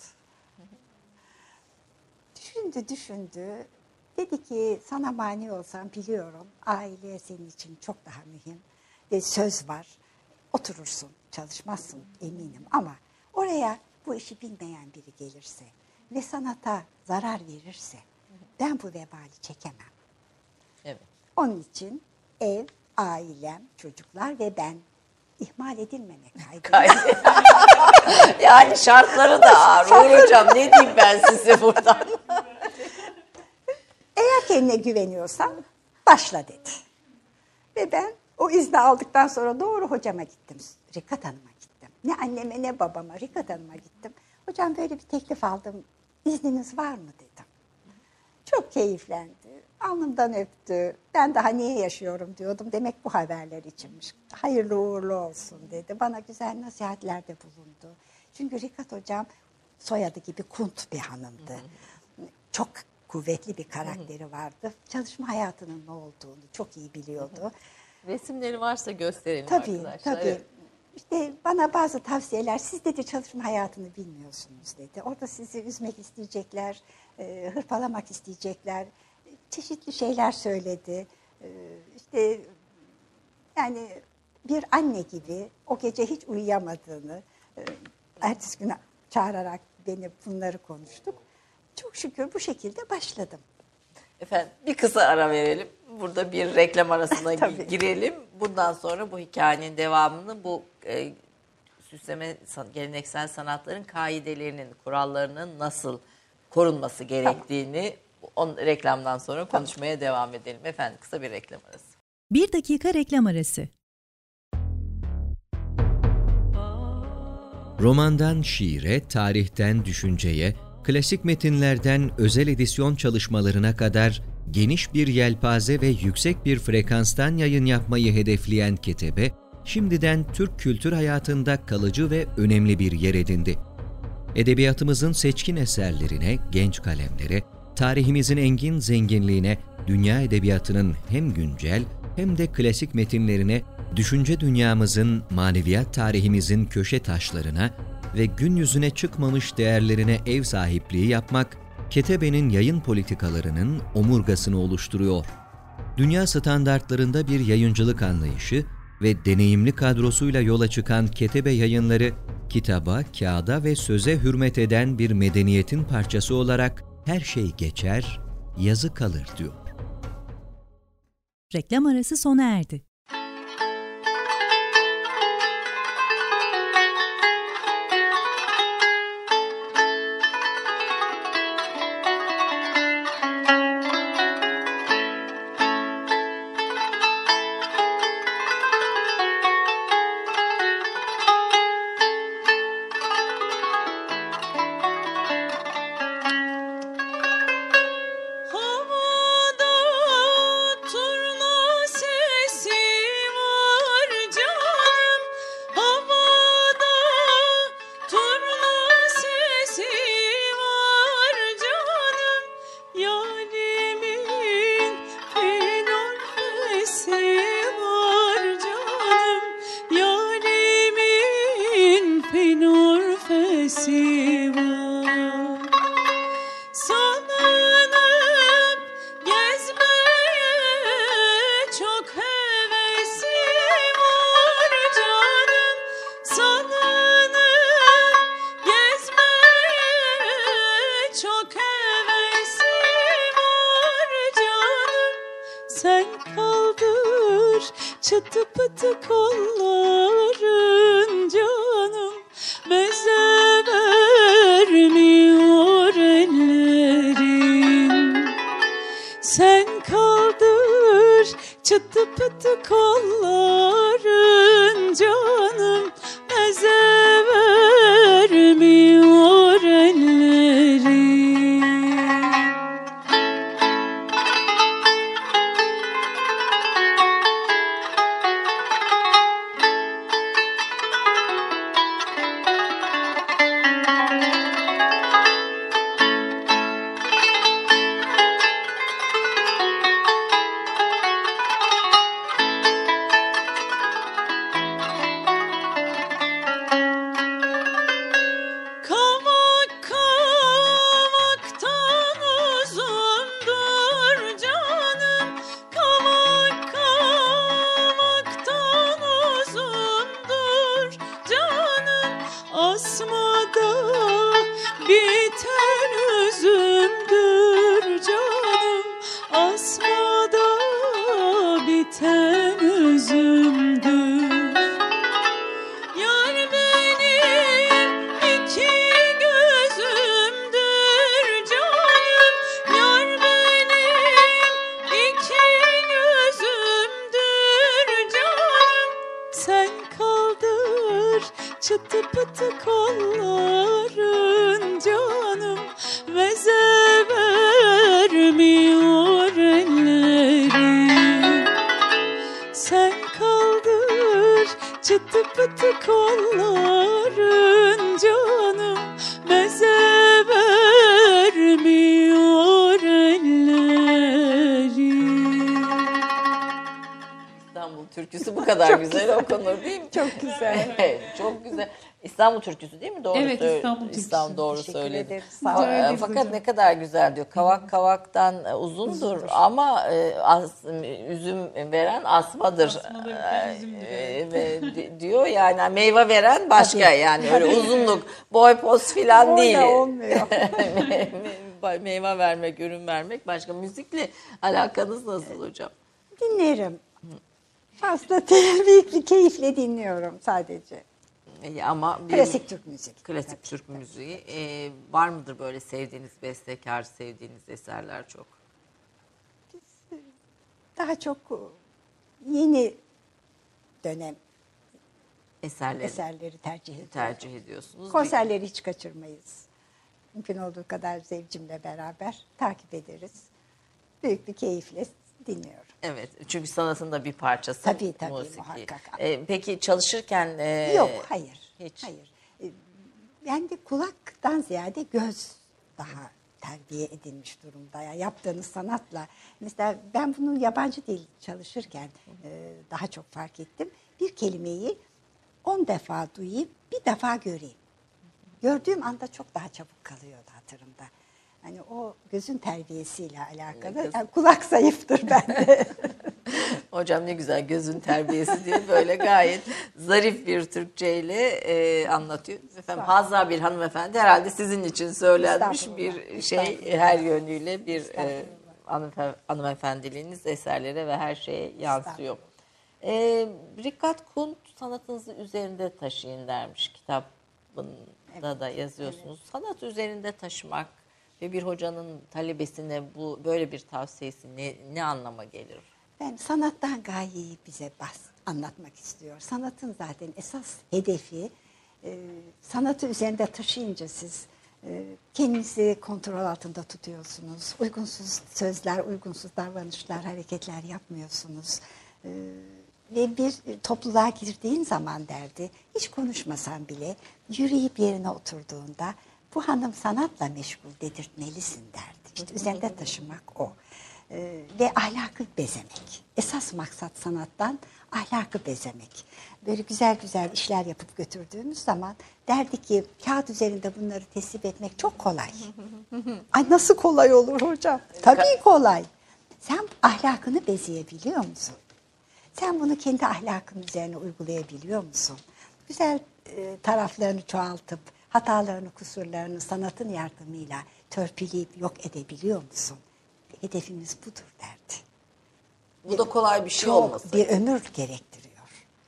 Düşündü düşündü. Dedi ki sana mani olsam biliyorum aile senin için çok daha mühim. Ve söz var. Oturursun, çalışmazsın eminim ama oraya bu işi bilmeyen biri gelirse ve sanata zarar verirse ben bu vebali çekemem. Evet. Onun için ev, ailem, çocuklar ve ben ihmal edilmemek kaydıyla. Yani şartları da ağır. Uğur Hocam ne diyeyim ben size buradan? Eğer kendine güveniyorsan başla dedi. Ve ben o izni aldıktan sonra doğru hocama gittim. Rikat Hanım'a gittim. Ne anneme ne babama Rikat Hanım'a gittim. Hocam böyle bir teklif aldım. İzniniz var mı dedim. Çok keyiflendi. Alnımdan öptü. Ben daha niye yaşıyorum diyordum. Demek bu haberler içinmiş. Hayırlı uğurlu olsun dedi. Bana güzel nasihatlerde bulundu. Çünkü Rikat Hocam soyadı gibi Kunt bir hanımdı. Çok kuvvetli bir karakteri vardı. Çalışma hayatının ne olduğunu çok iyi biliyordu. Resimleri varsa gösterelim Tabii, arkadaşlar. tabii. Evet. İşte bana bazı tavsiyeler, siz dedi çalışma hayatını bilmiyorsunuz dedi. Orada sizi üzmek isteyecekler, e, hırpalamak isteyecekler. Çeşitli şeyler söyledi. E, işte yani bir anne gibi o gece hiç uyuyamadığını, e, ertesi güne çağırarak beni bunları konuştuk. Çok şükür bu şekilde başladım. Efendim bir kısa ara verelim. Burada bir reklam arasına Tabii. girelim. Bundan sonra bu hikayenin devamını bu e, süsleme san- geleneksel sanatların kaidelerinin, kurallarının nasıl korunması gerektiğini on, reklamdan sonra konuşmaya devam edelim. Efendim kısa bir reklam arası. Bir dakika reklam arası. Romandan şiire, tarihten düşünceye, klasik metinlerden özel edisyon çalışmalarına kadar geniş bir yelpaze ve yüksek bir frekanstan yayın yapmayı hedefleyen Ketebe, şimdiden Türk kültür hayatında kalıcı ve önemli bir yer edindi. Edebiyatımızın seçkin eserlerine, genç kalemlere, tarihimizin engin zenginliğine, dünya edebiyatının hem güncel hem de klasik metinlerine, düşünce dünyamızın, maneviyat tarihimizin köşe taşlarına ve gün yüzüne çıkmamış değerlerine ev sahipliği yapmak, Ketebe'nin yayın politikalarının omurgasını oluşturuyor. Dünya standartlarında bir yayıncılık anlayışı ve deneyimli kadrosuyla yola çıkan Ketebe Yayınları, kitaba, kağıda ve söze hürmet eden bir medeniyetin parçası olarak her şey geçer, yazı kalır diyor. Reklam arası sona erdi. Havada turna sesi var canım. Havada turna sesi var canım. Yârimin fenolfesi var canım. Yârimin fenolfesi var. Salınıp gezmeye çok hevesim var canım. Salınıp gezmeye çok hevesim var canım. Sen kaldır çıtı pıtı kolların canım. Meze vermiyor ellerin. Sen kaldır çıtı pıtı kolların canım. Meze vermiyor çıtı pıtı kolların canım meze vermiyor ellerim. Sen kaldır çıtı pıtı kolların canım meze vermiyor ellerim. İstanbul türküsü bu kadar güzel okunur değil mi? Çok güzel. Evet, çok güzel. İstanbul türküsü değil mi? Doğru Evet, söyle- İstanbul türküsü. İstanbul doğru Teşekkür söyledi. ederim. Sağ olun. Fa- Fakat ne kadar güzel diyor. Kavak kavaktan e, uzundur ama e, as- üzüm veren asmadır. Asmadır, ülken üzümdür, E, evet. ve di- diyor yani meyve veren başka Tabii. yani öyle uzunluk, boy poz filan Orada değil. olmuyor. Me- meyve vermek, ürün vermek başka. Müzikle alakanız nasıl hocam? Dinlerim. Fazla büyük bir keyifle dinliyorum sadece. E, Ama bir- Klasik Türk müzik. Klasik Türk müziği. E, var mıdır böyle sevdiğiniz bestekar, sevdiğiniz eserler çok? Daha çok yeni dönem Eserleri eserleri tercih ediyorum. tercih ediyorsunuz. Konserleri hiç kaçırmayız. Mümkün olduğu kadar zevcimle beraber takip ederiz. Büyük bir keyifle dinliyorum. Evet, çünkü sanatın da bir parçası Tabii, tabii, musiki. muhakkak. E, peki çalışırken... e, Yok, hayır. Hiç. Hayır. Ee, Yani kulaktan ziyade göz daha terbiye edilmiş durumda. Yani yaptığınız sanatla. Mesela ben bunu yabancı dil çalışırken e, daha çok fark ettim. Bir kelimeyi on defa duyayım, bir defa göreyim. Gördüğüm anda çok daha çabuk kalıyordu hatırımda. Hani o gözün terbiyesiyle alakalı. Yani kulak zayıftır bende. Hocam ne güzel gözün terbiyesi diye böyle gayet zarif bir Türkçeyle e, anlatıyor. Efendim Hazza bir hanımefendi herhalde sizin için söylenmiş Estağfurullah, bir şey estağfurullah. her yönüyle bir e, Estağfurullah. hanımef- hanımefendiliğiniz eserlere ve her şeye yansıyor. E, Rikkat Kunt sanatınızı üzerinde taşıyın dermiş kitabında da yazıyorsunuz. Sanat üzerinde taşımak ve bir hocanın talebesine bu böyle bir tavsiyesi ne, ne anlama gelir? Ben sanattan gayeyi bize bas, anlatmak istiyor. Sanatın zaten esas hedefi e, sanatı üzerinde taşıyınca siz e, kendinizi kontrol altında tutuyorsunuz. Uygunsuz sözler, uygunsuz davranışlar, hareketler yapmıyorsunuz. E, ve bir topluluğa girdiğin zaman derdi, hiç konuşmasan bile yürüyüp yerine oturduğunda bu hanım sanatla meşgul dedirtmelisin derdi. İşte üzerinde taşımak o. Ee, ve ahlakı bezemek. Esas maksat sanattan ahlakı bezemek. Böyle güzel güzel işler yapıp götürdüğümüz zaman derdi ki kağıt üzerinde bunları teslim etmek çok kolay. Ay nasıl kolay olur hocam? Tabii kolay. Sen ahlakını bezeyebiliyor musun? Sen bunu kendi ahlakın üzerine uygulayabiliyor musun? Güzel e, taraflarını çoğaltıp hatalarını, kusurlarını sanatın yardımıyla törpüleyip yok edebiliyor musun? Hedefimiz budur derdi. Bu da kolay bir şey Çok olmasın. bir ömür gerektiriyor.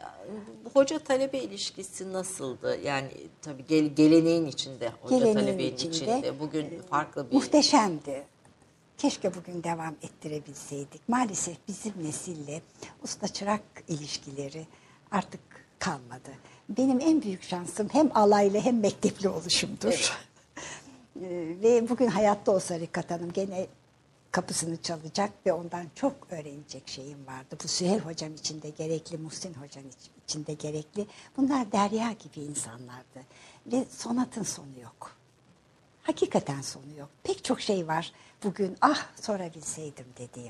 Hoca talebe ilişkisi nasıldı? Yani tabii gel, geleneğin içinde, hoca Geleneğin talebenin içinde, içinde. Bugün farklı bir... Muhteşemdi. Keşke bugün devam ettirebilseydik. Maalesef bizim nesille usta çırak ilişkileri artık kalmadı. Benim en büyük şansım hem alaylı hem mektepli oluşumdur. Evet. Ee, Ve bugün hayatta olsa Rikkat Hanım gene kapısını çalacak ve ondan çok öğrenecek şeyim vardı. Bu Süheyl Hocam için de gerekli, Muhsin Hocam için de gerekli. Bunlar derya gibi insanlardı. Ve sanatın sonu yok. Hakikaten sonu yok. Pek çok şey var bugün ah sorabilseydim dediğim.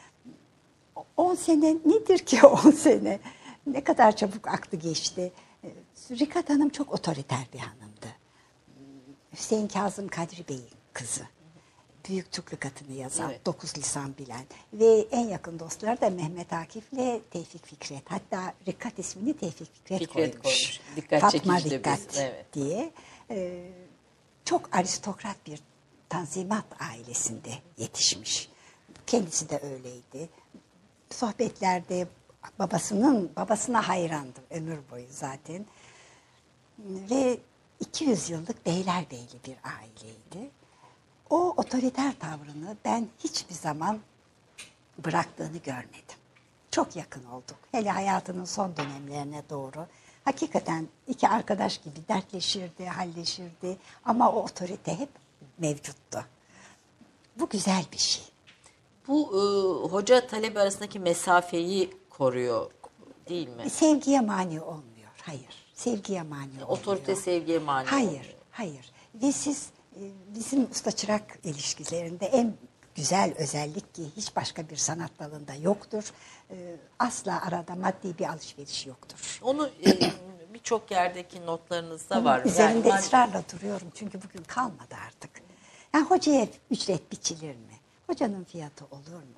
On sene nedir ki on sene? Ne kadar çabuk aktı geçti. Rikkat Hanım çok otoriter bir hanımdı. Hüseyin Kazım Kadri Bey'in kızı. Büyük Türk Lügatı'nı yazan, Evet. dokuz lisan bilen ve en yakın dostları da Mehmet Akif'le Tevfik Fikret. Hatta Rikkat ismini Tevfik Fikret, Fikret koymuş. koymuş. Dikkat Fatma çekici de Rikkat bir- evet. diye. Ee, çok aristokrat bir Tanzimat ailesinde yetişmiş. Kendisi de öyleydi. Sohbetlerde babasının babasına hayrandı ömür boyu zaten. Ve iki yüz yıllık beylerbeyli bir aileydi. O otoriter tavrını ben hiçbir zaman bıraktığını görmedim. Çok yakın olduk. Hele hayatının son dönemlerine doğru Hakikaten iki arkadaş gibi dertleşirdi, halleşirdi ama o otorite hep mevcuttu. Bu güzel bir şey. Bu e, hoca talebe arasındaki mesafeyi koruyor değil mi? Sevgiye mani olmuyor. Hayır. Sevgiye mani olmuyor. Otorite sevgiye mani Hayır. olmuyor. Hayır. Ve siz e, bizim usta çırak ilişkilerinde en güzel özellik ki hiç başka bir sanat dalında yoktur. E, asla arada maddi bir alışveriş yoktur. Onu e, birçok yerdeki notlarınızda var. Üzerinde Yani, ısrarla duruyorum çünkü bugün kalmadı artık. Yani hocaya ücret biçilir mi? Hocanın fiyatı olur mu?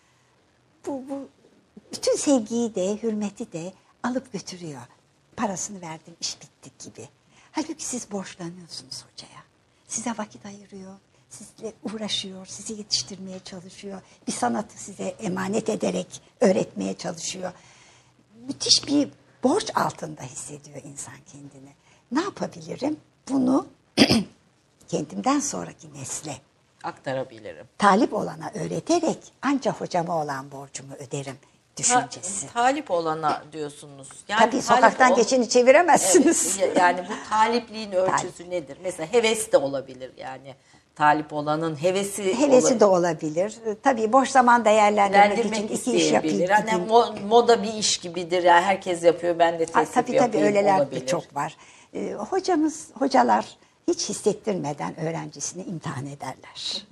Bu, bu bütün sevgiyi de, hürmeti de alıp götürüyor. Parasını verdim, iş bitti gibi. Halbuki siz borçlanıyorsunuz hocaya. Size vakit ayırıyor, sizle uğraşıyor, sizi yetiştirmeye çalışıyor. Bir sanatı size emanet ederek öğretmeye çalışıyor. Müthiş bir borç altında hissediyor insan kendini. Ne yapabilirim? Bunu kendimden sonraki nesle aktarabilirim. talip olana öğreterek ancak hocama olan borcumu öderim düşüncesi. Ta, talip olana diyorsunuz. Yani Tabii sokaktan ol, geçeni çeviremezsiniz. Evet, yani bu talipliğin ölçüsü Talip. nedir? Mesela heves de olabilir yani. Talip olanın hevesi Hevesi olabilir. de olabilir. Tabii boş zaman değerlendirmek için Değerlendirmek iki iş yapayım. isteyebilir. Hani gideyim. mo- moda bir iş gibidir. Yani herkes yapıyor, ben de Ha, tesip tabii yapayım tabii öyleler olabilir. de çok var. Ee, hocamız, hocalar hiç hissettirmeden öğrencisini imtihan ederler.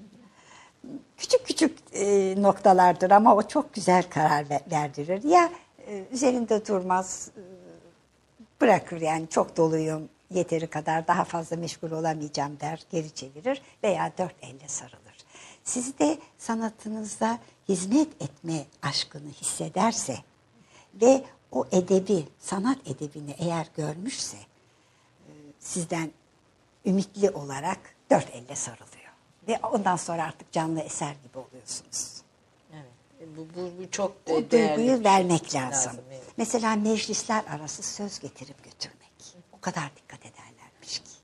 Küçük küçük e, noktalardır ama o çok güzel karar ver, verdirir. Ya e, üzerinde durmaz, e, bırakır yani çok doluyum, yeteri kadar daha fazla meşgul olamayacağım der, geri çevirir veya dört elle sarılır. Sizde sanatınızda hizmet etme aşkını hissederse ve o edebi, sanat edebini eğer görmüşse e, sizden ümitli olarak dört elle sarılıyor. Ve ondan sonra artık canlı eser gibi oluyorsunuz. Evet. Bu, bu, bu çok O değerli duyguyu bir şey. vermek lazım. Evet. Mesela meclisler arası söz getirip götürmek. O kadar dikkat ederlermiş ki.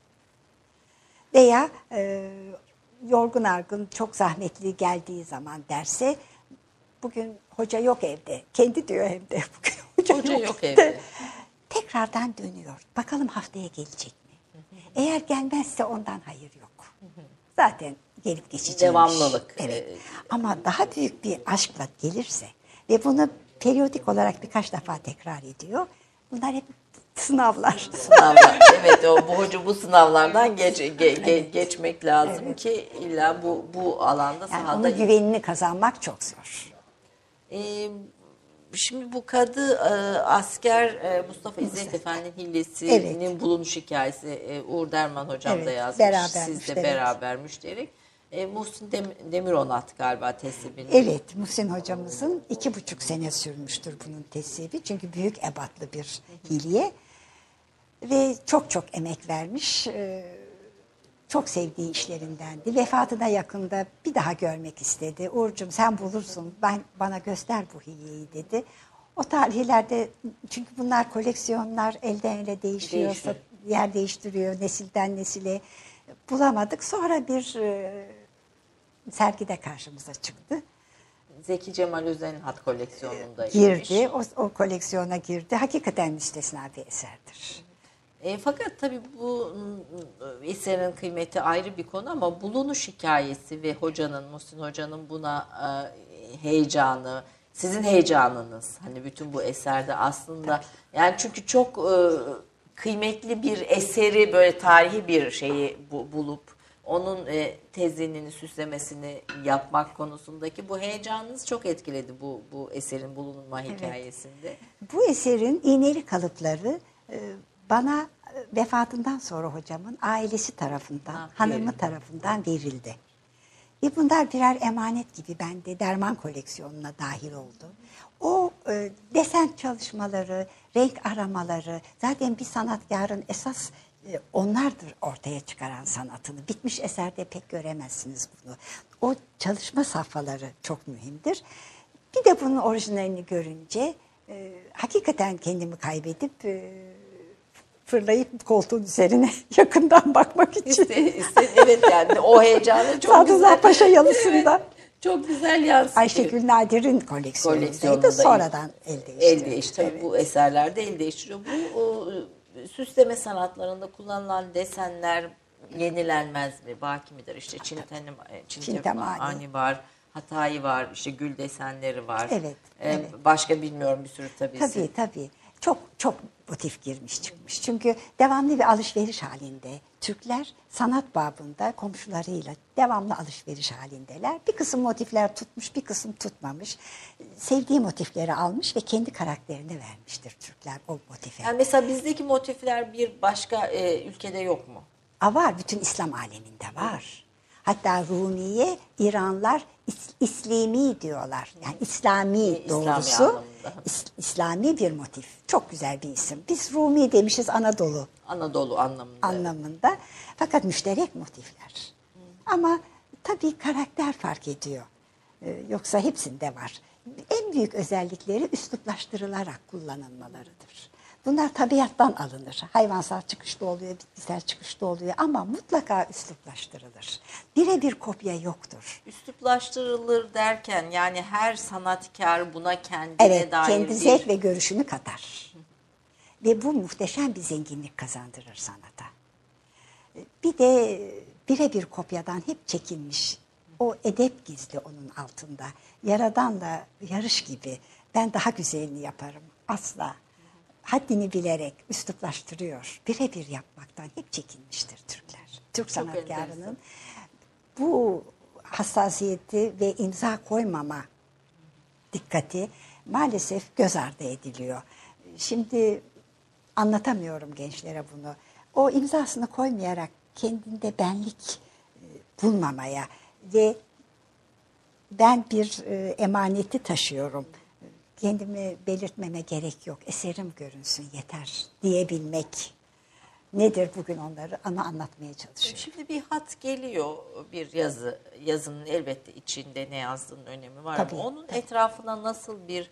Veya e, yorgun argın çok zahmetli geldiği zaman derse bugün hoca yok evde. Kendi diyor hem de bugün hoca, Hoca yok, yok evde. evde. Tekrardan dönüyor. Bakalım haftaya gelecek mi? Eğer gelmezse ondan hayır yok. Zaten gelip geçeceğimiş. Devamlılık. Evet. Ee, Ama daha büyük bir aşkla gelirse ve bunu periyodik olarak birkaç defa tekrar ediyor. Bunlar hep sınavlar. Sınavlar. Evet, o bu hoca bu sınavlardan geç, ge, ge, geçmek lazım evet. ki illa bu bu alanda Yani sahada. onun güvenini kazanmak çok zor. Ee, şimdi bu kadı e, asker e, Mustafa İzzet Efendi'nin hillesinin Evet. bulunuş hikayesi e, Uğur Derman hocam Evet, da yazmış. berabermiş, Siz de evet. beraber müşterek. E, Muhsin Dem- Demironat galiba tesibini. Evet, Muhsin hocamızın iki buçuk sene sürmüştür bunun tesibi. Çünkü büyük ebatlı bir hilye. Ve çok çok emek vermiş. Ee, çok sevdiği işlerindendi. Vefatına yakında bir daha görmek istedi. Uğurcuğum sen bulursun, ben bana göster bu hilyeyi dedi. O tarihlerde, çünkü bunlar koleksiyonlar elden ele değişiyor, Değişiyor. yer değiştiriyor nesilden nesile. Bulamadık. Sonra bir e, sergide karşımıza çıktı. Zeki Cemal Özen'in hat koleksiyonunda Girdi, o, o koleksiyona girdi. Hakikaten müstesna bir eserdir. E, fakat tabii bu m, eserin kıymeti ayrı bir konu ama bulunuş hikayesi ve hocanın, Muhsin Hoca'nın buna e, heyecanı, sizin heyecanınız hani bütün bu eserde aslında yani çünkü çok e, kıymetli bir eseri böyle tarihi bir şeyi bu, bulup onun e, tezinini, süslemesini yapmak konusundaki bu heyecanınız çok etkiledi bu bu eserin bulunma hikayesinde. Bu eserin iğneli kalıpları e, bana e, vefatından sonra hocamın ailesi tarafından, Ha, hanımı verildi. tarafından verildi. Ve bunlar birer emanet gibi bende derman koleksiyonuna dahil oldu. O e, desen çalışmaları, renk aramaları, zaten bir sanatkarın esas e, onlardır ortaya çıkaran sanatını. Bitmiş eserde pek göremezsiniz bunu. O çalışma safhaları çok mühimdir. Bir de bunun orijinalini görünce e, hakikaten kendimi kaybedip e, fırlayıp koltuğun üzerine yakından bakmak için. İşte, işte, evet yani o heyecanı çok Sadullah güzel. Paşa yalısında. Evet, çok güzel yansıtıyor. Ayşegül Nadir'in koleksiyonundaydı. Koleksiyonunda Sonradan el değiştirdi. El değişti. Tabii Evet. bu eserlerde el değiştiriyor. Bu o, bu e, süsleme sanatlarında kullanılan desenler yenilenmez mi? Baki midir? İşte Çintemani, Çintemani var, Hatay var, işte gül desenleri var. Evet, Ee, evet. Başka bilmiyorum bir sürü tabii. Tabii tabii. Çok çok motif girmiş çıkmış. Çünkü devamlı bir alışveriş halinde. Türkler sanat babında komşularıyla devamlı alışveriş halindeler. Bir kısım motifler tutmuş, bir kısım tutmamış. Sevdiği motifleri almış ve kendi karakterini vermiştir Türkler o motife. Yani mesela bizdeki motifler bir başka e, ülkede yok mu? A var, bütün İslam aleminde var. Hatta Rumiye, İranlılar İs- İslami diyorlar. Yani İslami İslami doğrusu. anlamında. İs- İslami bir motif. Çok güzel bir isim. Biz Rumi demişiz, Anadolu Anadolu anlamında. anlamında. Fakat müşterek motifler. Ama tabii karakter fark ediyor. Ee, yoksa hepsinde var. En büyük özellikleri üsluplaştırılarak kullanılmalarıdır. Bunlar tabiattan alınır. Hayvansal çıkışta oluyor, bitkisel çıkışta oluyor ama mutlaka üsluplaştırılır. Birebir kopya yoktur. Üsluplaştırılır derken yani her sanatkar buna kendine Evet, dair kendi bir... zevk ve görüşünü katar. Ve bu muhteşem bir zenginlik kazandırır sanata. Bir de birebir kopyadan hep çekinmiş. O edep gizli onun altında. Yaradanla yarış gibi ben daha güzelini yaparım. Asla. Haddini bilerek üsluplaştırıyor. Birebir yapmaktan hep çekinmiştir Türkler. Türk sanatkarının bu hassasiyeti ve imza koymama dikkati maalesef göz ardı ediliyor. Şimdi anlatamıyorum gençlere bunu. O imzasını koymayarak kendinde benlik e, bulmamaya ve ben bir e, emaneti taşıyorum. Kendimi belirtmeme gerek yok. Eserim görünsün yeter diyebilmek. Nedir bugün onları ama anlatmaya çalışıyorum. Şimdi bir hat geliyor, bir yazı. Yazının elbette içinde ne yazdığının önemi var. Tabii, ama onun tabii. etrafına nasıl bir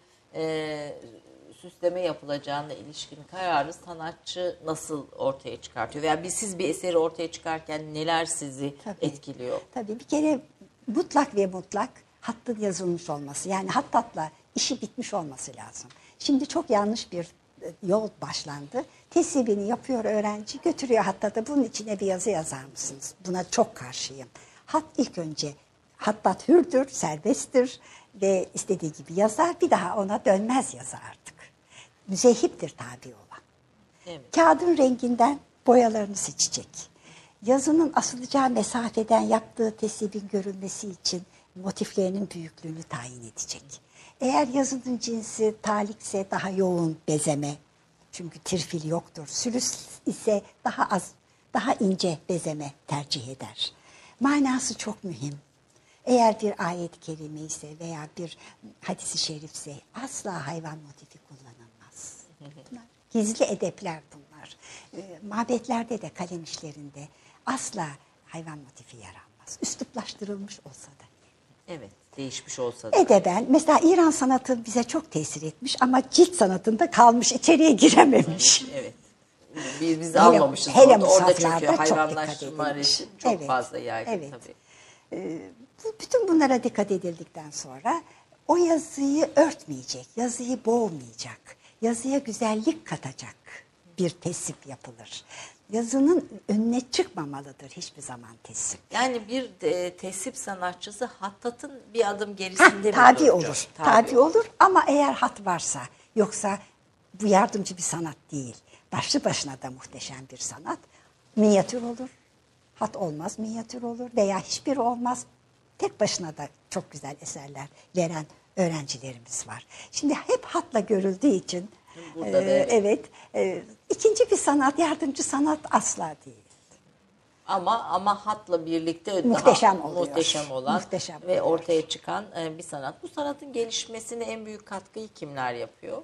e, süsleme yapılacağına ilişkin kararı sanatçı nasıl ortaya çıkartıyor? Veya bir, siz bir eseri ortaya çıkarken neler sizi Tabii. etkiliyor? Tabii bir kere mutlak ve mutlak hattın yazılmış olması. Yani hattatla işi bitmiş olması lazım. Şimdi çok yanlış bir yol başlandı. Tesibini yapıyor öğrenci, götürüyor hattata. Bunun içine bir yazı yazar mısınız? Buna çok karşıyım. Hat ilk önce, hattat hürdür, serbesttir ve istediği gibi yazar. Bir daha ona dönmez yazı artık. Müzehiptir tabi olan. Evet. Kağıdın renginden boyalarını seçecek. Yazının asılacağı mesafeden yaptığı tesibin görülmesi için motiflerinin büyüklüğünü tayin edecek. Eğer yazının cinsi talikse daha yoğun bezeme, çünkü tirfil yoktur. Sülüs ise daha az, daha ince bezeme tercih eder. Manası çok mühim. Eğer bir ayet-i kerime ise veya bir hadis-i şerifse asla hayvan motifi kullanılmaz. Bunlar gizli edepler bunlar. E, mabetlerde de kalem işlerinde asla hayvan motifi yer almaz. Üsluplaştırılmış olsa da. Evet, değişmiş olsa da. Edeben, mesela İran sanatı bize çok tesir etmiş ama cilt sanatında kalmış, içeriye girememiş. Evet. Biz, biz Hele- almamışız hele orada. Orada musaflarda çünkü çok dikkat hayvanlaşma edilmiş. resim çok Evet, fazla yaygın evet. tabii. Ee, bu- bütün bunlara dikkat edildikten sonra o yazıyı örtmeyecek, yazıyı boğmayacak, yazıya güzellik katacak bir tesip yapılır. Yazının önüne çıkmamalıdır hiçbir zaman tesip. Yani bir e, tesip sanatçısı hattatın bir adım Ha, gerisinde mi tabi duracak? olur, tabi olur ama eğer hat varsa, yoksa bu yardımcı bir sanat değil. Başlı başına da muhteşem bir sanat. Minyatür olur, hat olmaz, minyatür olur veya hiçbiri olmaz. Tek başına da çok güzel eserler veren öğrencilerimiz var. Şimdi hep hatla görüldüğü için Burada e, da evet. evet, e, ikinci bir sanat, yardımcı sanat asla değil. Ama ama hatla birlikte Muhteşem daha oluyor. muhteşem olan Muhteşem ve oluyor. ortaya çıkan e, bir sanat. Bu sanatın gelişmesine en büyük katkıyı kimler yapıyor?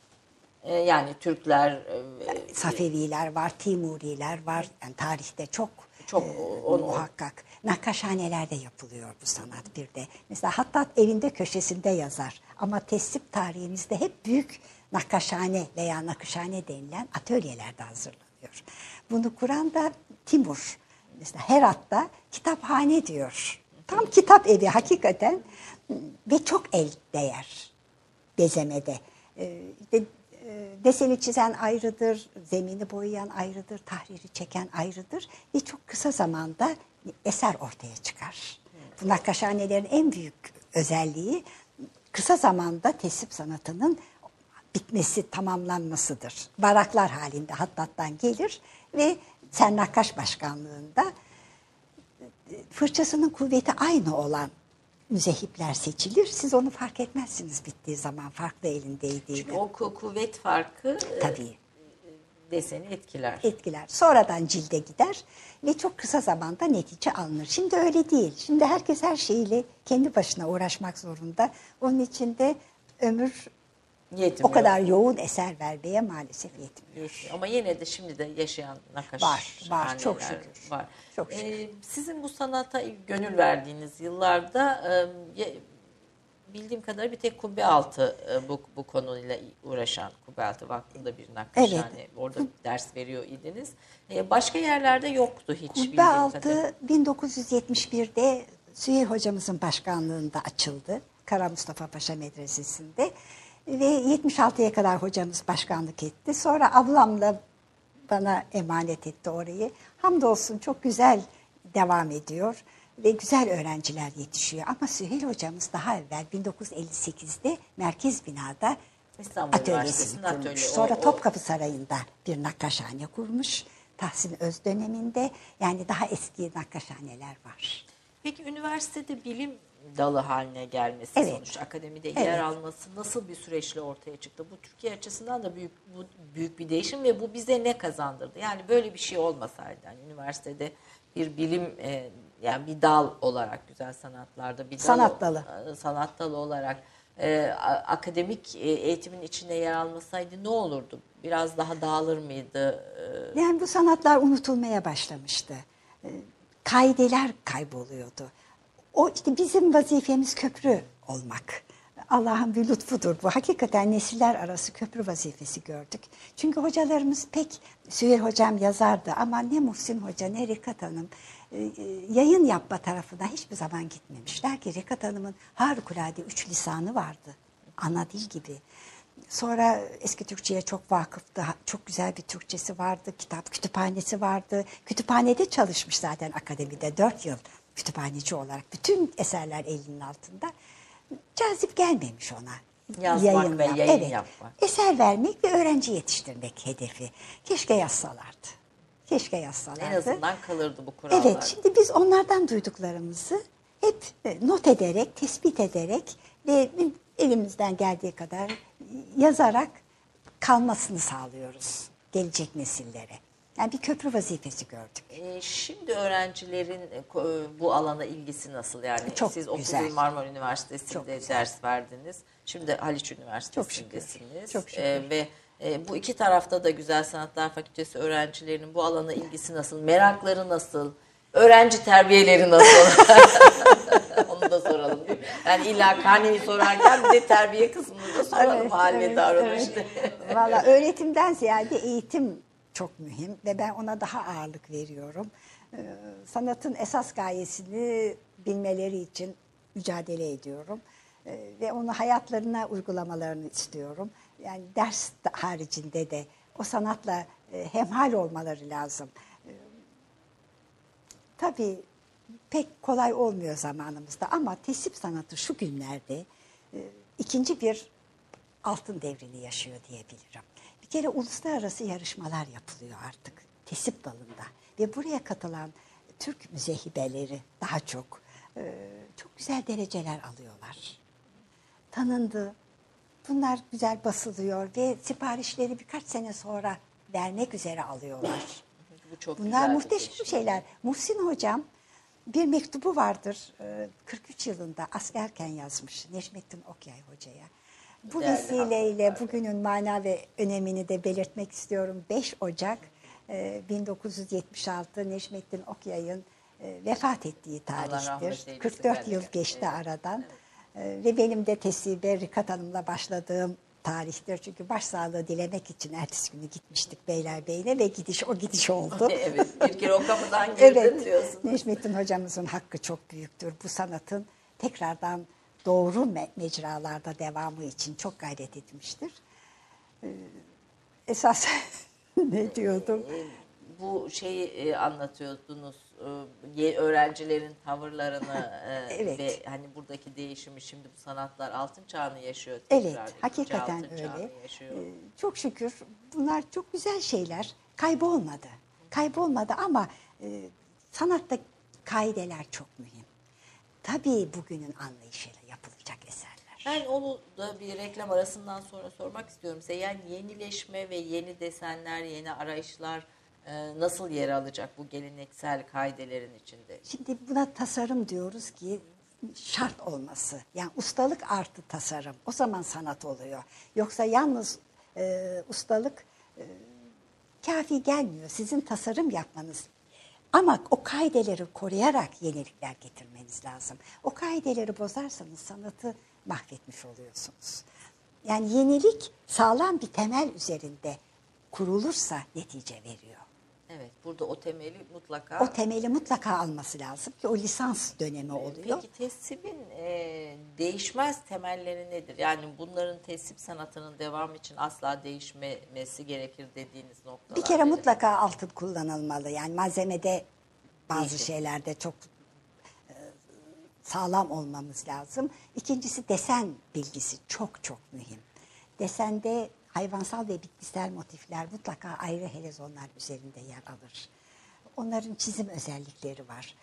E, yani Türkler, e, Safeviler var, Timuriler var. Yani tarihte çok Çok, e, onu- muhakkak. Nakkaşhanelerde yapılıyor bu sanat bir de. Mesela Hattat evinde köşesinde yazar. Ama tesip tarihimizde hep büyük nakkaşhane veya nakışhane denilen atölyelerde hazırlanıyor. Bunu kuran da Timur. Mesela Herat'ta kitaphane diyor. Tam kitap evi hakikaten ve çok el değer bezemede. Ee, işte e, deseni çizen ayrıdır, zemini boyayan ayrıdır, tahriri çeken ayrıdır ve çok kısa zamanda eser ortaya çıkar. Bu nakkaşhanelerin en büyük özelliği kısa zamanda tesip sanatının bitmesi, tamamlanmasıdır. Baraklar halinde Hattat'tan gelir ve Sen Nakkaş Başkanlığında fırçasının kuvveti aynı olan müzehipler seçilir. Siz onu fark etmezsiniz bittiği zaman, farklı elindeydiğini. Çünkü o ku- kuvvet farkı Tabii. E, deseni etkiler. Etkiler. Sonradan cilde gider ve çok kısa zamanda netice alınır. Şimdi öyle değil. Şimdi herkes her şeyiyle kendi başına uğraşmak zorunda. Onun için de ömür Yetmiyor. o kadar yoğun eser vermeye maalesef yetmiyor. Yetmiyor. Ama yine de şimdi de yaşayan nakkaş Var, var, haneler çok şükür. var. Çok şükür. Ee, sizin bu sanata gönül verdiğiniz yıllarda e, bildiğim kadarıyla bir tek kubbe altı e, bu, bu konuyla uğraşan, kubbe altı vaktinde bir nakkaşhane, Evet. orada ders veriyor idiniz. E, başka yerlerde yoktu hiç bildiğim Kubbe kadarıyla. altı bin dokuz yüz yetmiş birde Süheyl hocamızın başkanlığında açıldı. Kara Mustafa Paşa Medresesi'nde. Ve yetmiş altıya kadar hocamız başkanlık etti. Sonra ablamla bana emanet etti orayı. Hamdolsun çok güzel devam ediyor ve güzel öğrenciler yetişiyor. Ama Süheyl hocamız daha evvel bin dokuz yüz elli sekizde merkez binada İstanbul atölyesini Üniversitesi'nin kurmuş. atölye, o- Sonra o- Topkapı Sarayı'nda bir nakkaşhane kurmuş. Tahsin Öz döneminde, yani daha eski nakkaşhaneler var. Peki üniversitede bilim dalı haline gelmesi, Evet. sonuçta akademide Evet. yer alması nasıl bir süreçle ortaya çıktı? Bu Türkiye açısından da büyük bu büyük bir değişim ve bu bize ne kazandırdı? Yani böyle bir şey olmasaydı, yani üniversitede bir bilim e, yani bir dal olarak güzel sanatlarda bir dal, Sanat dalı. e, sanat dalı olarak e, a- akademik e, eğitimin içine yer almasaydı ne olurdu? Biraz daha dağılır mıydı? E, Yani bu sanatlar unutulmaya başlamıştı. Ee, Kaideler kayboluyordu. O işte bizim vazifemiz köprü olmak. Allah'ın bir lütfudur bu. Hakikaten nesiller arası köprü vazifesi gördük. Çünkü hocalarımız pek, Süheyl hocam yazardı ama ne Muhsin Hoca ne Rikat Hanım e, e, yayın yapma tarafına hiçbir zaman gitmemişler ki Rikat Hanım'ın harikulade üç lisanı vardı. Ana dil gibi. Sonra eski Türkçe'ye çok vakıftı. Çok güzel bir Türkçesi vardı. Kitap kütüphanesi vardı. Kütüphanede çalışmış zaten akademide dört yıl kütüphaneci olarak. Bütün eserler elinin altında. Cazip gelmemiş ona. Yazmak ve yayın evet. yapmak. Eser vermek ve öğrenci yetiştirmek hedefi. Keşke yazsalardı. Keşke yazsalardı. en azından kalırdı bu kurallar. Evet, şimdi biz onlardan duyduklarımızı hep not ederek, tespit ederek ve elimizden geldiği kadar yazarak kalmasını sağlıyoruz gelecek nesillere. Yani bir köprü vazifesi gördük. Ee, Şimdi öğrencilerin e, ko- e, bu alana ilgisi nasıl? Yani Çok siz güzel. Okul Marmara Çok Üniversitesi'nde güzel. ders verdiniz. Şimdi Haliç Çok Üniversitesi'ndesiniz. şükür, çok şükür. Ee, ve e, bu iki tarafta da Güzel Sanatlar Fakültesi öğrencilerinin bu alana ilgisi nasıl? Merakları nasıl? Öğrenci terbiyeleri nasıl? Onu da soralım. Değil mi? Yani illa karneyi sorarken bir de terbiye kısmını da soralım. Evet, Hal ve evet, davranışta. Valla öğretimden ziyade eğitim çok mühim ve ben ona daha ağırlık veriyorum. Ee, sanatın esas gayesini bilmeleri için mücadele ediyorum. Ee, ve onu hayatlarına uygulamalarını istiyorum. Yani ders haricinde de o sanatla e, hemhal olmaları lazım. Ee, tabii pek kolay olmuyor zamanımızda ama tesip sanatı şu günlerde e, ikinci bir altın devrini yaşıyor diyebilirim. Bir kere uluslararası yarışmalar yapılıyor artık tesip dalında ve buraya katılan Türk müzehibeleri daha çok e, çok güzel dereceler alıyorlar. Tanındı. Bunlar güzel basılıyor ve siparişleri birkaç sene sonra vermek üzere alıyorlar. Bu çok Bunlar güzel bir muhteşem gelişme. şeyler. Muhsin Hocam bir mektubu vardır e, kırk üç yılında askerken yazmış Necmettin Okyay Hoca'ya. Bu Değerli vesileyle hakikaten. bugünün mana ve önemini de belirtmek istiyorum. beş Ocak e, bin dokuz yüz yetmiş altı Necmettin Okyay'ın e, vefat ettiği Allah rahmet tarihtir. eylesin kırk dört yıl gerçekten. geçti Evet. aradan. E, ve benim de tesibe Rikat Hanım'la başladığım tarihtir. Çünkü başsağlığı dilemek için ertesi günü gitmiştik Beylerbeyi'ne ve gidiş o gidiş oldu. Evet, bir kere o kapıdan girdin Evet, diyorsun. Necmettin hocamızın hakkı çok büyüktür. Bu sanatın tekrardan doğru me- mecralarda devamı için çok gayret etmiştir. Esas ne diyordum? Bu şeyi e, anlatıyordunuz, e, öğrencilerin tavırlarını e, Evet. ve hani buradaki değişimi, şimdi bu sanatlar altın çağını yaşıyor. Evet, tekrar, ikinci hakikaten altın çağını öyle. yaşıyor. Ee, çok şükür bunlar çok güzel şeyler. Kaybolmadı. Kaybolmadı ama e, sanatta kaideler çok mühim. Tabii bugünün anlayışıyla yapılacak eserler. Ben onu da bir reklam arasından sonra sormak istiyorum size. Yani yenileşme ve yeni desenler, yeni arayışlar e, nasıl yer alacak bu geleneksel kaidelerin içinde? Şimdi buna tasarım diyoruz ki şart olması. Yani ustalık artı tasarım. O zaman sanat oluyor. Yoksa yalnız e, ustalık e, kafi gelmiyor. Sizin tasarım yapmanız. Ama o kaideleri koruyarak yenilikler getirmeniz lazım. O kaideleri bozarsanız sanatı mahvetmiş oluyorsunuz. Yani yenilik sağlam bir temel üzerinde kurulursa netice veriyor. Evet, burada o temeli mutlaka... O temeli mutlaka alması lazım ki o lisans dönemi oluyor. Peki tesipin e, değişmez temelleri nedir? Yani bunların tesip sanatının devam için asla değişmemesi gerekir dediğiniz noktalar. Bir kere nedir? mutlaka altın kullanılmalı. Yani malzemede bazı Değişim. şeylerde çok e, sağlam olmamız lazım. İkincisi desen bilgisi çok çok mühim. Desende hayvansal ve bitkisel motifler mutlaka ayrı helezonlar üzerinde yer alır. Onların çizim özellikleri var.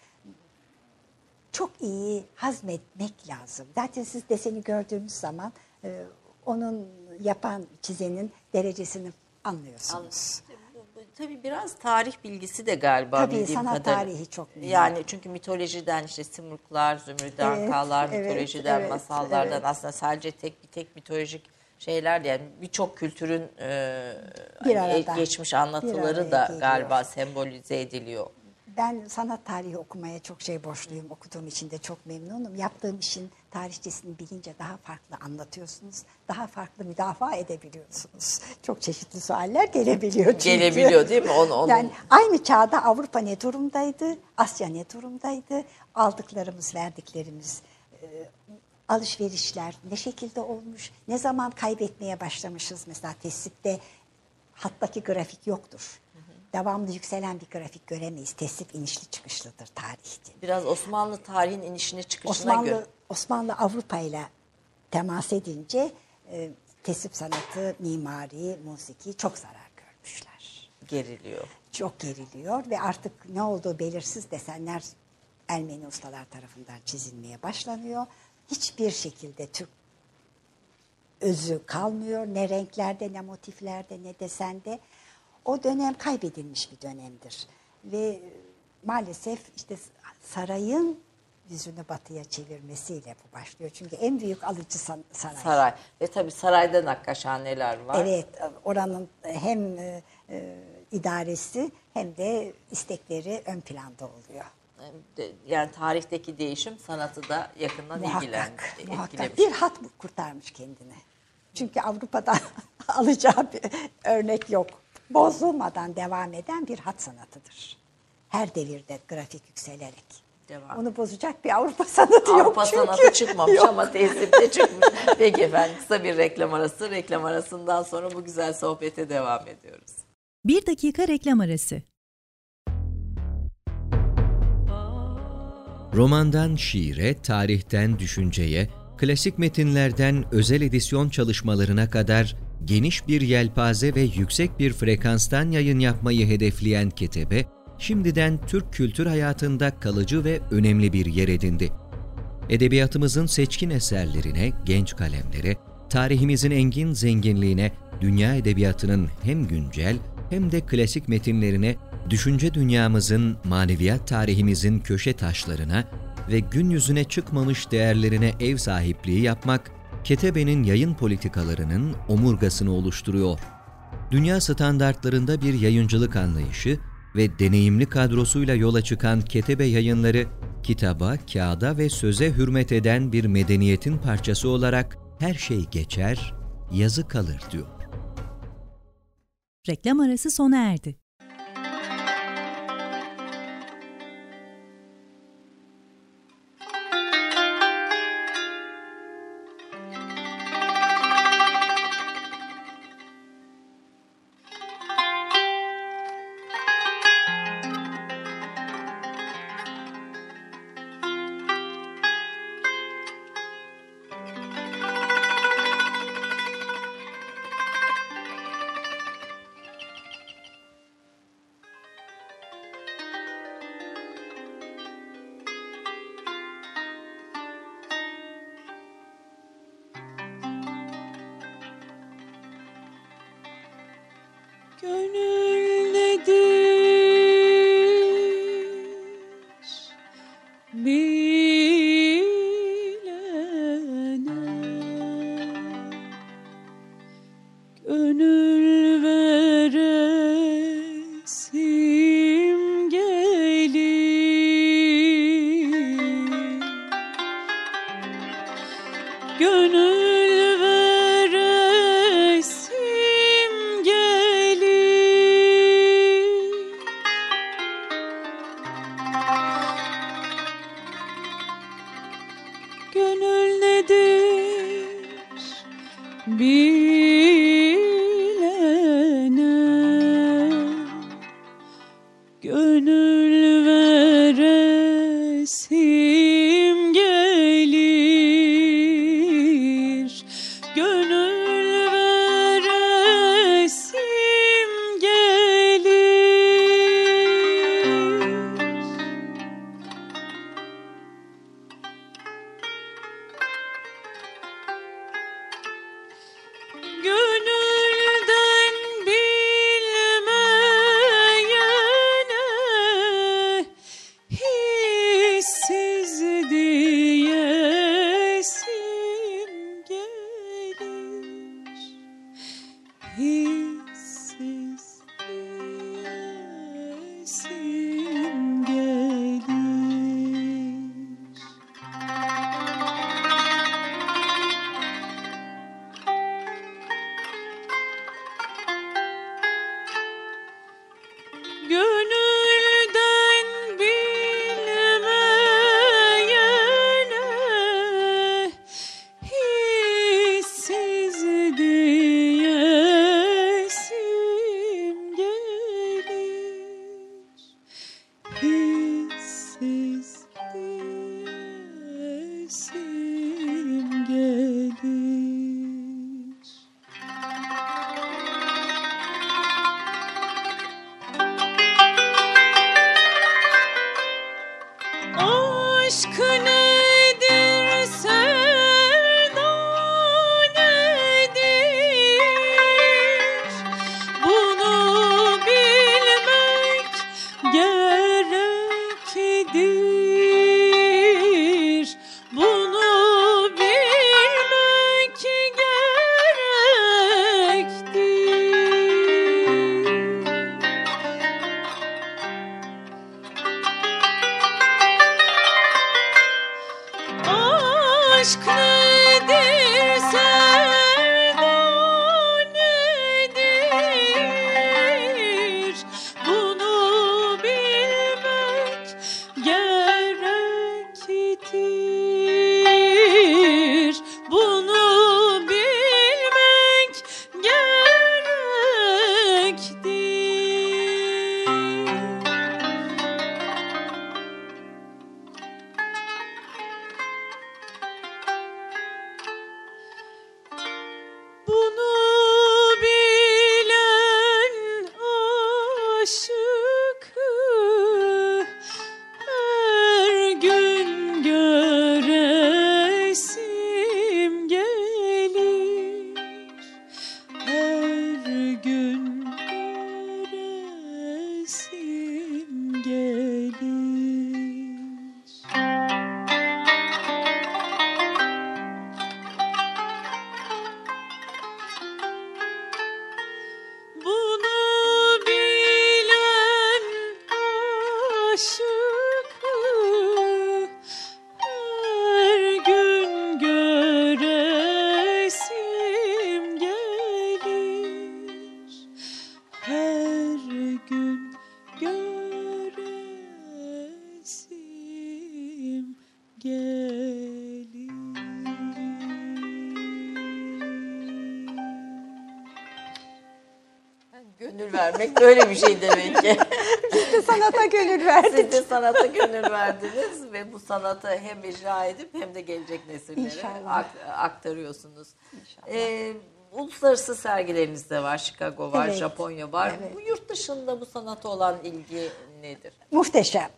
Çok iyi hazmetmek lazım. Zaten siz deseni gördüğünüz zaman e, onun yapan çizenin derecesini anlıyorsunuz. Tabii biraz tarih bilgisi de galiba Tabii, bildiğim sanat kadarıyla. tarihi çok mühim. Yani çünkü mitolojiden işte Simurglar, Zümrüt Ankalar, evet, mitolojiden, evet, masallardan evet. aslında sadece tek bir tek mitolojik şeyler değil. Yani birçok kültürün e, Bir hani arada, geçmiş bir anlatıları araya da geliyor. galiba sembolize ediliyor. Ben sanat tarihi okumaya çok şey borçluyum. Okuduğum için de çok memnunum. Yaptığım işin tarihçesini bilince daha farklı anlatıyorsunuz. Daha farklı müdafaa edebiliyorsunuz. Çok çeşitli sualler gelebiliyor çünkü. Gelebiliyor değil mi? Onu, onu... Yani aynı çağda Avrupa ne durumdaydı? Asya ne durumdaydı? Aldıklarımız, verdiklerimiz, e, alışverişler ne şekilde olmuş? Ne zaman kaybetmeye başlamışız? Mesela tesipte hattaki grafik yoktur. Devamlı yükselen bir grafik göremeyiz. Tesip inişli çıkışlıdır tarihte. Biraz Osmanlı tarihin inişine çıkışına Osmanlı göre. Osmanlı Avrupa ile temas edince e, tesip sanatı, mimari, musiki çok zarar görmüşler. Geriliyor. Çok geriliyor ve artık ne olduğu belirsiz desenler Ermeni ustalar tarafından çizilmeye başlanıyor. Hiçbir şekilde Türk özü kalmıyor. Ne renklerde, ne motiflerde, ne desende. O dönem kaybedilmiş bir dönemdir. Ve maalesef işte sarayın yüzünü batıya çevirmesiyle bu başlıyor. Çünkü en büyük alıcı san- saray. Saray. Ve tabii sarayda nakkaşhaneler var. Evet, oranın hem e, e, idaresi hem de istekleri ön planda oluyor. Yani tarihteki değişim sanatı da yakından ilgilen, Muhakkak, muhakkak. etkilemiş. Bir hat kurtarmış kendini. Çünkü Avrupa'dan alacağı bir örnek yok. Bozulmadan devam eden bir hat sanatıdır. Her devirde grafik yükselerek. Devam. Onu bozacak bir Avrupa sanatı yok Avrupa çünkü. sanatı çıkmamış Yok. ama tesipte çıkmış. Peki efendim, kısa bir reklam arası. Reklam arasından sonra bu güzel sohbete devam ediyoruz. Bir dakika reklam arası. Romandan şiire, tarihten düşünceye, klasik metinlerden özel edisyon çalışmalarına kadar geniş bir yelpaze ve yüksek bir frekanstan yayın yapmayı hedefleyen Ketebe, şimdiden Türk kültür hayatında kalıcı ve önemli bir yer edindi. Edebiyatımızın seçkin eserlerine, genç kalemlere, tarihimizin engin zenginliğine, dünya edebiyatının hem güncel hem de klasik metinlerine, düşünce dünyamızın, maneviyat tarihimizin köşe taşlarına ve gün yüzüne çıkmamış değerlerine ev sahipliği yapmak, Ketebe'nin yayın politikalarının omurgasını oluşturuyor. Dünya standartlarında bir yayıncılık anlayışı ve deneyimli kadrosuyla yola çıkan Ketebe Yayınları, kitaba, kağıda ve söze hürmet eden bir medeniyetin parçası olarak her şey geçer, yazı kalır diyor. Reklam arası sona erdi. Gönül nedir bilene, gönül veresim gelir, gönül veresim gelir, gönül nedir bilene, gönül veresim gelir, gönül veresim gelir. Gönülden bilmeyene hissiz diyesim gelir, hissiz diyesim gelir. Gönülden bilmeyene hissiz diyesim gelir, hissiz diyesim gelir. Aşk nedir, sevda nedir? Bunu bilmek gerektir. Bunu bilmek gerektir. Aşk nedir, sevda nedir? Bunu bilmek gerektir. Bunu bilmek gerektir. Bunu bilen aşıkı her gün göresim gelir, her gün göresim gelir. Bunu bilen aşıkı her gün göresim gelir, her gün göresim gelir. Gönül vermek böyle bir şey demek ki. Biz de sanata gönül verdik. Siz de sanata gönül verdiniz ve bu sanatı hem icra edip hem de gelecek nesillere İnşallah. ak- aktarıyorsunuz. İnşallah. Ee, uluslararası sergileriniz de var. Chicago var, Evet. Japonya var. Evet. Bu yurt dışında bu sanata olan ilgi nedir? Muhteşem.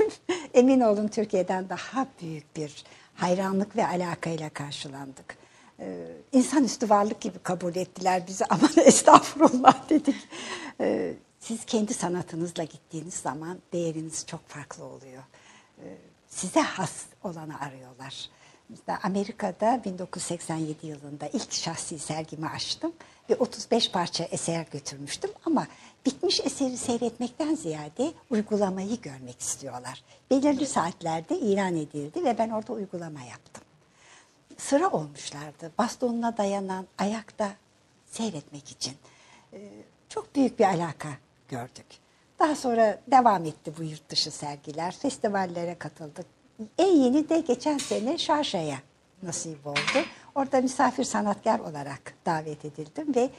Emin olun Türkiye'den daha büyük bir hayranlık ve alakayla karşılandık. Ee, insanüstü varlık gibi kabul ettiler bizi. Aman estağfurullah dedik. Ee, siz kendi sanatınızla gittiğiniz zaman değeriniz çok farklı oluyor. Ee, size has olanı arıyorlar. Mesela Amerika'da bin dokuz yüz seksen yedi yılında ilk şahsi sergimi açtım ve otuz beş parça eser götürmüştüm ama bitmiş eseri seyretmekten ziyade uygulamayı görmek istiyorlar. Belirli saatlerde ilan edildi ve ben orada uygulama yaptım. Sıra olmuşlardı bastonuna dayanan ayakta seyretmek için. Ee, çok büyük bir alaka gördük. Daha sonra devam etti bu yurt dışı sergiler, festivallere katıldık. En yeni de geçen sene Şarja'ya nasip oldu. Orada misafir sanatkar olarak davet edildim ve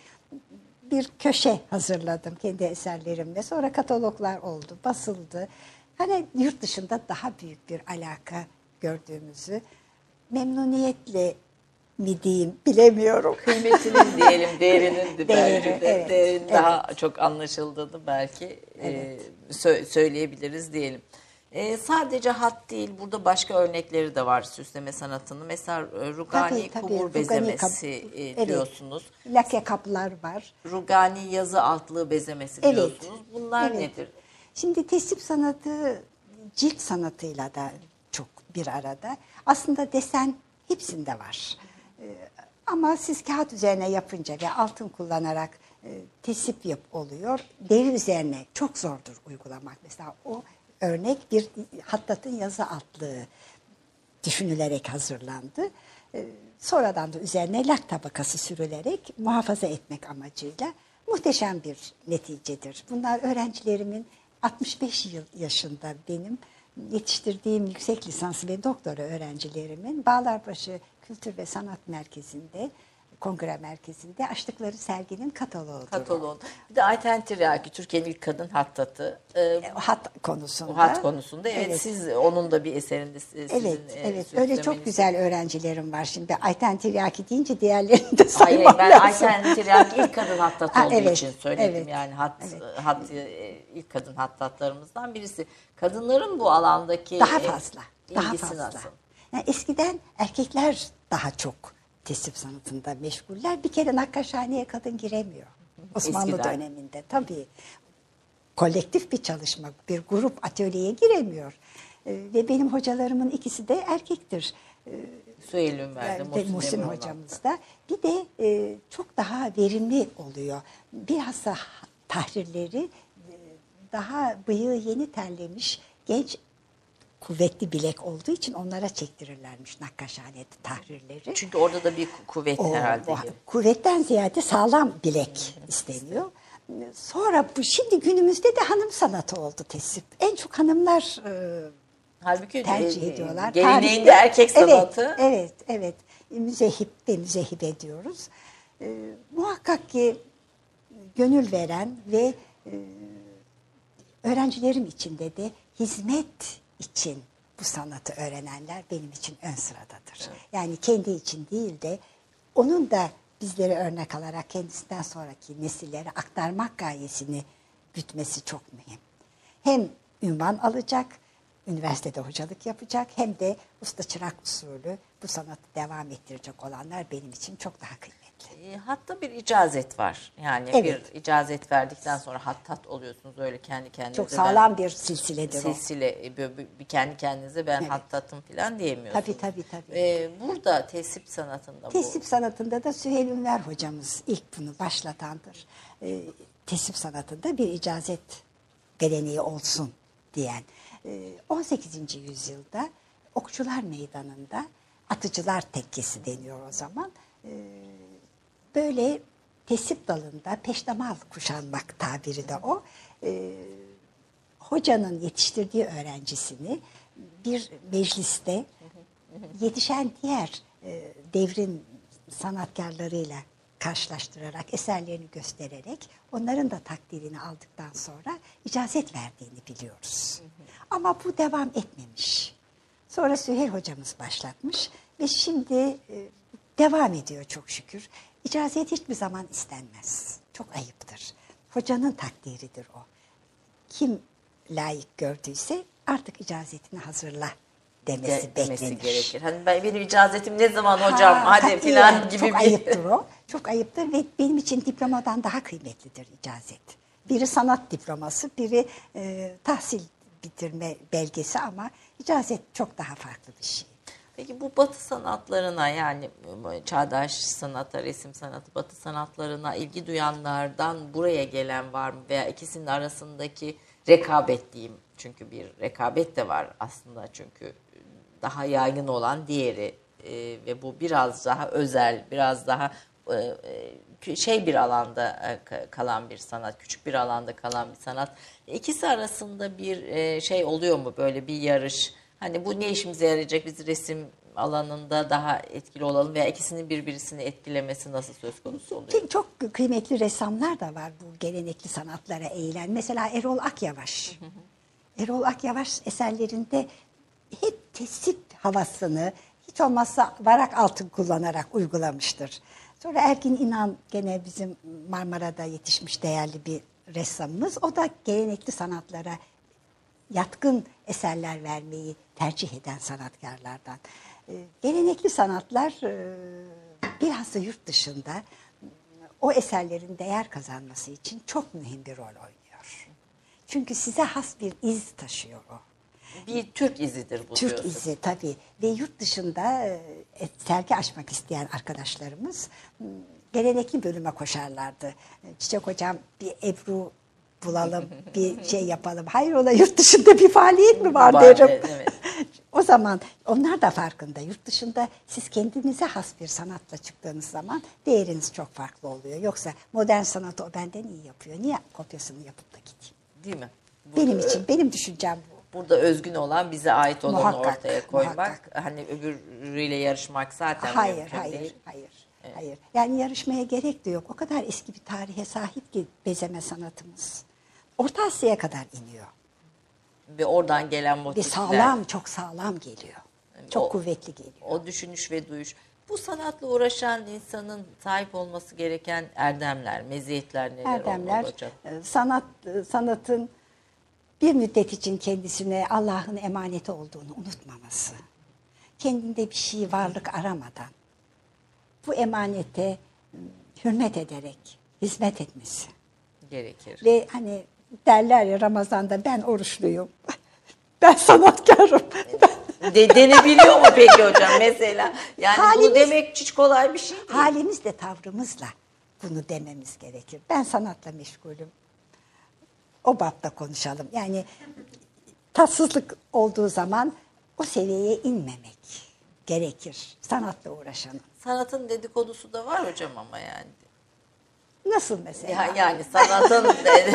bir köşe hazırladım kendi eserlerimle. Sonra kataloglar oldu, basıldı. Hani yurt dışında daha büyük bir alaka gördüğümüzü memnuniyetle mi diyeyim bilemiyorum. Kıymetinin diyelim, değerinin de Değeri, belki de evet, değerinin evet. daha çok anlaşıldığını belki Evet. e, sö- söyleyebiliriz diyelim. E, sadece hat değil, burada başka örnekleri de var süsleme sanatının. Mesela e, Rugani Tabii, tabii, kubur Rugani bezemesi kap- e, evet. diyorsunuz. Lake kaplar var. Rugani yazı altlığı bezemesi Evet. diyorsunuz. Bunlar Evet. nedir? Şimdi tesip sanatı cilt sanatıyla da çok bir arada. Aslında desen hepsinde var. Ee, ama siz kağıt üzerine yapınca ve altın kullanarak e, tesip yap oluyor. Deri üzerine çok zordur uygulamak. Mesela o örnek bir hattatın yazı altlığı düşünülerek hazırlandı. Ee, sonradan da üzerine lak tabakası sürülerek muhafaza etmek amacıyla muhteşem bir neticedir. Bunlar öğrencilerimin altmış beş yıl yaşında benim yetiştirdiğim yüksek lisans ve doktora öğrencilerimin Bağlarbaşı Kültür ve Sanat Merkezi'nde, Kongre Merkezi'nde açtıkları serginin kataloğudur. Kataloğun. Bir de Ayten Tiryaki, Türkiye'nin ilk kadın hattatı. E, Hat konusunda. o hat konusunda. Evet, Evet. siz onun da bir eserinde sizin Evet, e, evet. Öyle çok süslemeniz- güzel öğrencilerim var şimdi. Ayten Tiryaki deyince diğerlerini de Hayır, saymam ben lazım. Ayten Tiryaki ilk kadın hattat Ha, olduğu evet, için söyledim. evet, Yani hat, evet. hat e, ilk kadın hattatlarımızdan birisi. Kadınların bu alandaki Daha e, fazla, daha ilgisi fazla. nasıl? Yani eskiden erkekler daha çok tesip sanatında meşguller. Bir kere nakkaşhaneye kadın giremiyor. Osmanlı Eskiden. döneminde tabii. Kolektif bir çalışma, bir grup atölyeye giremiyor. Ee, ve benim hocalarımın ikisi de erkektir. Ee, Süheyl Ünver'de, Yani Muhsin, Muhsin Demirol'dan. hocamız da. Bir de e, çok daha verimli oluyor. Bilhassa tahrirleri e, daha bıyığı yeni terlemiş genç kuvvetli bilek olduğu için onlara çektirirlermiş nakkaşhane tahrirleri. Çünkü orada da bir kuvvet O, herhalde. o kuvvetten ziyade sağlam bilek isteniyor. Sonra bu şimdi günümüzde de hanım sanatı oldu tesip. En çok hanımlar e, Halbuki tercih e, ediyorlar. geleneğinde Tarihte- erkek sanatı. Evet, evet, evet. Müzehip ve müzehip ediyoruz. Ee, muhakkak ki gönül veren ve e, öğrencilerim içinde de hizmet için bu sanatı öğrenenler benim için ön sıradadır. Yani kendi için değil de onun da bizlere örnek alarak kendisinden sonraki nesillere aktarmak gayesini gütmesi çok mühim. Hem ünvan alacak, üniversitede hocalık yapacak hem de usta çırak usulü bu sanatı devam ettirecek olanlar benim için çok daha kıymetli. E, hatta bir icazet var. Yani Evet. bir icazet verdikten sonra hattat oluyorsunuz öyle kendi kendinize. Çok Ben- sağlam bir silsiledir o. silsile e, böyle bir bir kendi kendinize ben Evet. hattatım falan diyemiyorsunuz. Tabii, tabii, tabii. E, burada tesip sanatında Tesip bu. sanatında da Süheyl Ünver hocamız ilk bunu başlatandır. Ee, tesip sanatında bir icazet geleneği olsun diyen. Ee, on sekizinci yüzyılda Okçular Meydanı'nda Atıcılar Tekkesi deniyor o zaman. Ee, böyle tesip dalında peştemal kuşanmak tabiri de o. Ee, hocanın yetiştirdiği öğrencisini bir mecliste yetişen diğer e, devrin sanatkarlarıyla karşılaştırarak, eserlerini göstererek onların da takdirini aldıktan sonra icazet verdiğini biliyoruz. Ama bu devam etmemiş. Sonra Süheyl hocamız başlatmış ve şimdi e, devam ediyor çok şükür. İcazet hiçbir zaman istenmez. Çok ayıptır. Hocanın takdiridir o. Kim layık gördüyse artık icazetini hazırla demesi de, demesi beklenir. gerekir. Hani ben, benim icazetim ne zaman hocam Ha, hadi tabii filan yani. gibi Çok bir... ayıptır o. Çok ayıptır ve benim için diplomadan daha kıymetlidir icazet. Biri sanat diploması, biri e, tahsil bitirme belgesi ama icazet çok daha farklı bir şey. Peki bu batı sanatlarına yani çağdaş sanata, resim sanatı, batı sanatlarına ilgi duyanlardan buraya gelen var mı? Veya ikisinin arasındaki rekabet diyeyim. Çünkü bir rekabet de var aslında çünkü daha yaygın olan diğeri e, ve bu biraz daha özel, biraz daha e, şey bir alanda e, kalan bir sanat, küçük bir alanda kalan bir sanat. İkisi arasında bir e, şey oluyor mu böyle bir yarış? Hani bu ne işimize yarayacak? Biz resim alanında daha etkili olalım veya ikisinin birbirini etkilemesi nasıl söz konusu oluyor? Çok kıymetli ressamlar da var bu gelenekli sanatlara eğilen. Mesela Erol Akyavaş. Erol Akyavaş eserlerinde hep tesip havasını hiç olmazsa varak altın kullanarak uygulamıştır. Sonra Erkin İnan gene bizim Marmara'da yetişmiş değerli bir ressamımız. O da gelenekli sanatlara yatkın eserler vermeyi tercih eden sanatkarlardan. Ee, gelenekli sanatlar e, bilhassa yurt dışında o eserlerin değer kazanması için çok mühim bir rol oynuyor. Çünkü size has bir iz taşıyor o. Bir Türk izidir bu Türk diyorsun. izi tabii. Ve yurt dışında e, sergi açmak isteyen arkadaşlarımız m, gelenekli bölüme koşarlardı. Çiçek hocam bir Ebru bulalım, bir şey yapalım. Hayrola yurt dışında bir faaliyet mi var, Var, derim. evet. O zaman onlar da farkında. Yurt dışında siz kendinize has bir sanatla çıktığınız zaman değeriniz çok farklı oluyor. Yoksa modern sanatı o benden iyi yapıyor. Niye kopyasını yapıp da gideyim? Değil mi? Burada, Benim için, benim düşüncem bu. Burada özgün olan, bize ait olanı Muhakkak, ortaya koymak. muhakkak. Hani öbürüyle yarışmak zaten Hayır, mümkün hayır, değil. hayır, hayır. Yani yarışmaya gerek de yok. O kadar eski bir tarihe sahip ki bezeme sanatımız. Orta Asya'ya kadar iniyor. Ve oradan gelen Ve motifler. sağlam, çok sağlam geliyor. Çok o, kuvvetli geliyor. O düşünüş ve duyuş. Bu sanatla uğraşan insanın sahip olması gereken erdemler, meziyetler neler Erdemler, olmalı hocam? e, sanat, e, sanatın bir müddet için kendisine Allah'ın emaneti olduğunu unutmaması. Kendinde bir şey, varlık aramadan bu emanete e, hürmet ederek hizmet etmesi. Gerekir. Ve hani derler ya Ramazan'da ben oruçluyum, ben sanatkarım. Ben... De, denebiliyor mu peki hocam mesela? Yani Halimiz- bunu demek hiç kolay bir şey değil. Halimizle, tavrımızla bunu dememiz gerekir. Ben sanatla meşgulüm. O bapta konuşalım. Yani tatsızlık olduğu zaman o seviyeye inmemek gerekir. Sanatla uğraşanın. Sanatın dedikodusu da var hocam ama yani. Nasıl mesela? Ya, yani sanatın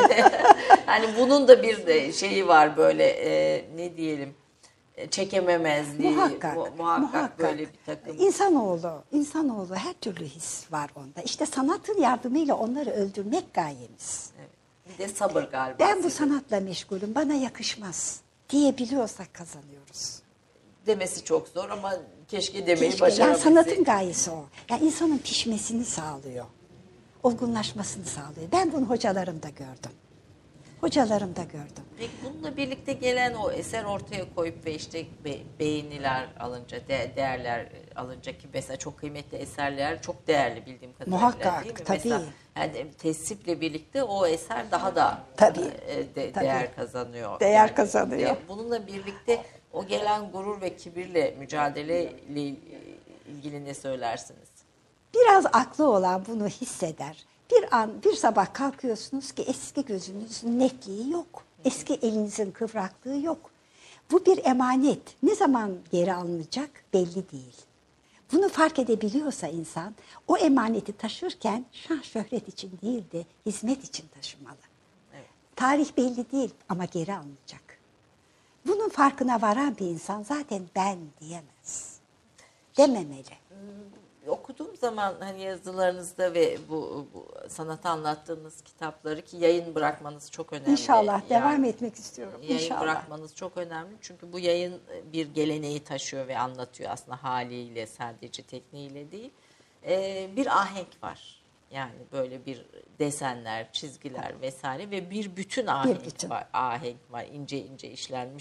hani bunun da bir de şeyi var böyle e, ne diyelim e, çekememezliği Muhakkak, mu- muhakkak, muhakkak. böyle bir takım. İnsanoğlu, insanoğlu her türlü his var onda. İşte sanatın yardımıyla onları öldürmek gayemiz. Evet. Bir de sabır galiba. Ben bu sizin sanatla meşgulüm, bana yakışmaz diyebiliyorsak kazanıyoruz. demesi çok zor ama keşke demeyi Keşke. Yani başarabilsek. sanatın gayesi o. Yani insanın pişmesini sağlıyor. Olgunlaşmasını sağlıyor. Ben bunu hocalarımda gördüm. Hocalarımda gördüm. Peki bununla birlikte gelen o eser ortaya koyup ve işte be- beğeniler alınca, de- değerler alınca ki mesela çok kıymetli eserler çok değerli bildiğim kadarıyla Muhakkak, değil mi? tabii. Mesela yani tesiple birlikte o eser daha da Tabii, e, de- tabii. değer kazanıyor. Değer Yani, kazanıyor. e, Bununla birlikte o gelen gurur ve kibirle mücadeleyle ilgili ne söylersiniz? Biraz aklı olan bunu hisseder. Bir an, bir sabah kalkıyorsunuz ki eski gözünüzün netliği yok. Eski elinizin kıvraklığı yok. Bu bir emanet. Ne zaman geri alınacak belli değil. Bunu fark edebiliyorsa insan o emaneti taşırken şan şöhret için değil de hizmet için taşımalı. Evet. Tarih belli değil ama geri alınacak. Bunun farkına varan bir insan zaten ben diyemez. Dememeli. Okuduğum zaman hani yazılarınızda ve bu, bu sanatı anlattığınız kitapları ki yayın bırakmanız çok önemli. İnşallah Yani devam etmek istiyorum. Yayın İnşallah. bırakmanız çok önemli çünkü bu yayın bir geleneği taşıyor ve anlatıyor aslında haliyle sadece tekniğiyle değil. Ee, bir ahenk var. Yani böyle bir desenler, çizgiler vesaire ve bir bütün ahenk bütün. var. Ahenk var, ince ince işlenmiş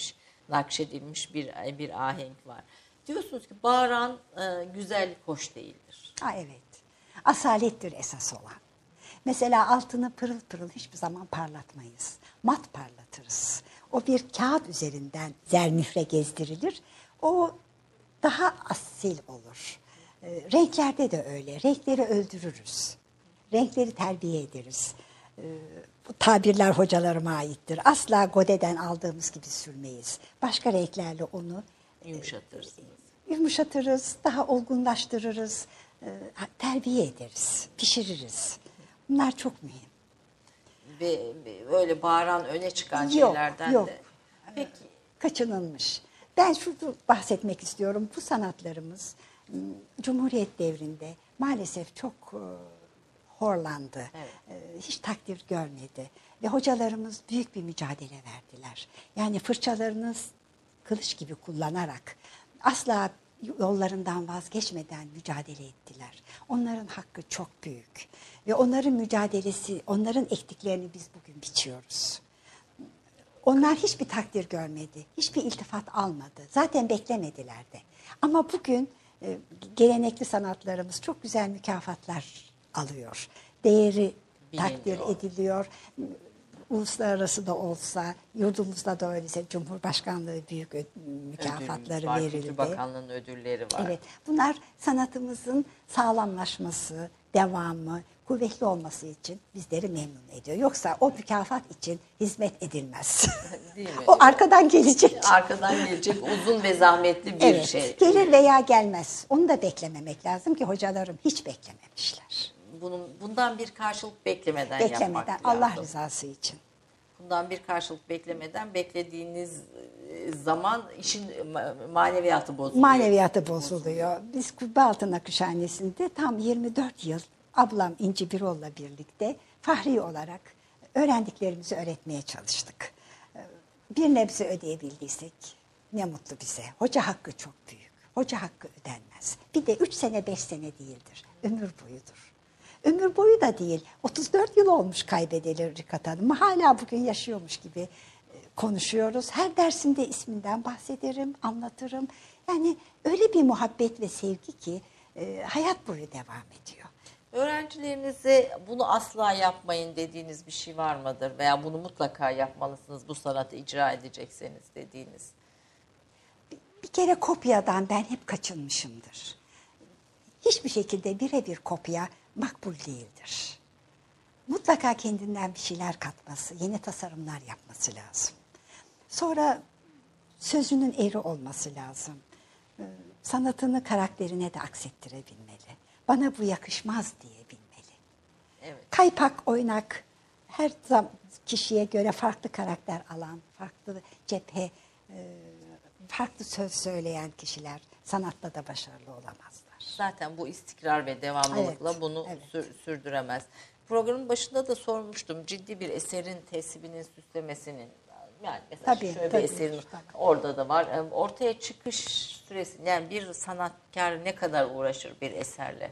nakşedilmiş bir bir ahenk var. Diyorsunuz ki bağıran e, güzellik hoş değildir. Ha, evet. Asalettir esas olan. Mesela altını pırıl pırıl hiçbir zaman parlatmayız. Mat parlatırız. O bir kağıt üzerinden zermühre gezdirilir. O daha asil olur. E, renklerde de öyle. Renkleri öldürürüz. Renkleri terbiye ederiz. E, bu tabirler hocalarıma aittir. Asla Godet'den aldığımız gibi sürmeyiz. Başka renklerle onu Yumuşatırsınız. E, yumuşatırız, daha olgunlaştırırız, e, terbiye ederiz, pişiririz. Bunlar çok mühim. Ve ve öyle bağıran öne çıkan Yok, şeylerden yok. de. Peki. Kaçınılmış. Ben şurada bahsetmek istiyorum. Bu sanatlarımız m, Cumhuriyet devrinde maalesef çok e, horlandı. Evet. E, hiç takdir görmedi. Ve hocalarımız büyük bir mücadele verdiler. Yani fırçalarını kılıç gibi kullanarak asla yollarından vazgeçmeden mücadele ettiler. Onların hakkı çok büyük. Ve onların mücadelesi, onların ektiklerini biz bugün biçiyoruz. Onlar hiçbir takdir görmedi, hiçbir iltifat almadı. Zaten beklemediler de. Ama bugün e, gelenekli sanatlarımız çok güzel mükafatlar alıyor. Değeri takdir Biliniyor. ediliyor. Uluslararası da olsa, yurdumuzda da öyleyse Cumhurbaşkanlığı büyük ö- mükafatları Ödülümüz var, verildi. Kültür Bakanlığı'nın ödülleri var. Evet, bunlar sanatımızın sağlamlaşması, devamı, kuvvetli olması için bizleri memnun ediyor. Yoksa o mükafat için hizmet edilmez. Değil mi? O arkadan gelecek. Arkadan gelecek uzun ve zahmetli bir Evet, şey. gelir veya gelmez. Onu da beklememek lazım ki hocalarım hiç beklememişler. Bunun, bundan bir karşılık beklemeden, Beklemeden, yapmak Allah lazım. rızası için. Bundan bir karşılık beklemeden beklediğiniz e, zaman işin ma- maneviyatı bozuluyor. Maneviyatı bozuluyor. Biz Kubbealtı Nakışhanesi'nde tam yirmi dört yıl ablam İnci Birol'la birlikte fahri olarak öğrendiklerimizi öğretmeye çalıştık. Bir nebze ödeyebildiysek ne mutlu bize. Hoca hakkı çok büyük. Hoca hakkı ödenmez. Bir de üç sene beş sene değildir. Ömür boyudur. Ömür boyu da değil. otuz dört yıl olmuş kaybedeli Rifat Hanım. Hala bugün yaşıyormuş gibi e, konuşuyoruz. Her dersimde isminden bahsederim, anlatırım. Yani öyle bir muhabbet ve sevgi ki e, hayat boyu devam ediyor. Öğrencilerinize bunu asla yapmayın dediğiniz bir şey var mıdır? Veya bunu mutlaka yapmalısınız bu sanatı icra edecekseniz dediğiniz. Bir kere kopyadan ben hep kaçınmışımdır. Hiçbir şekilde birebir kopya makbul değildir. Mutlaka kendinden bir şeyler katması, yeni tasarımlar yapması lazım. Sonra sözünün eri olması lazım. Ee, Sanatını karakterine de aksettirebilmeli. Bana bu yakışmaz diyebilmeli. Evet. Kaypak, oynak, her zaman kişiye göre farklı karakter alan, farklı cephe, e, farklı söz söyleyen kişiler sanatta da başarılı olamazlar. Zaten bu istikrar ve devamlılıkla Evet, bunu evet. sür- sürdüremez. Programın başında da sormuştum. Ciddi bir eserin tesibinin, süslemesinin, yani mesela Tabii, şöyle tabii, bir eserin tabii. orada da var. Ee, Ortaya çıkış süresi, yani bir sanatkar ne kadar uğraşır bir eserle?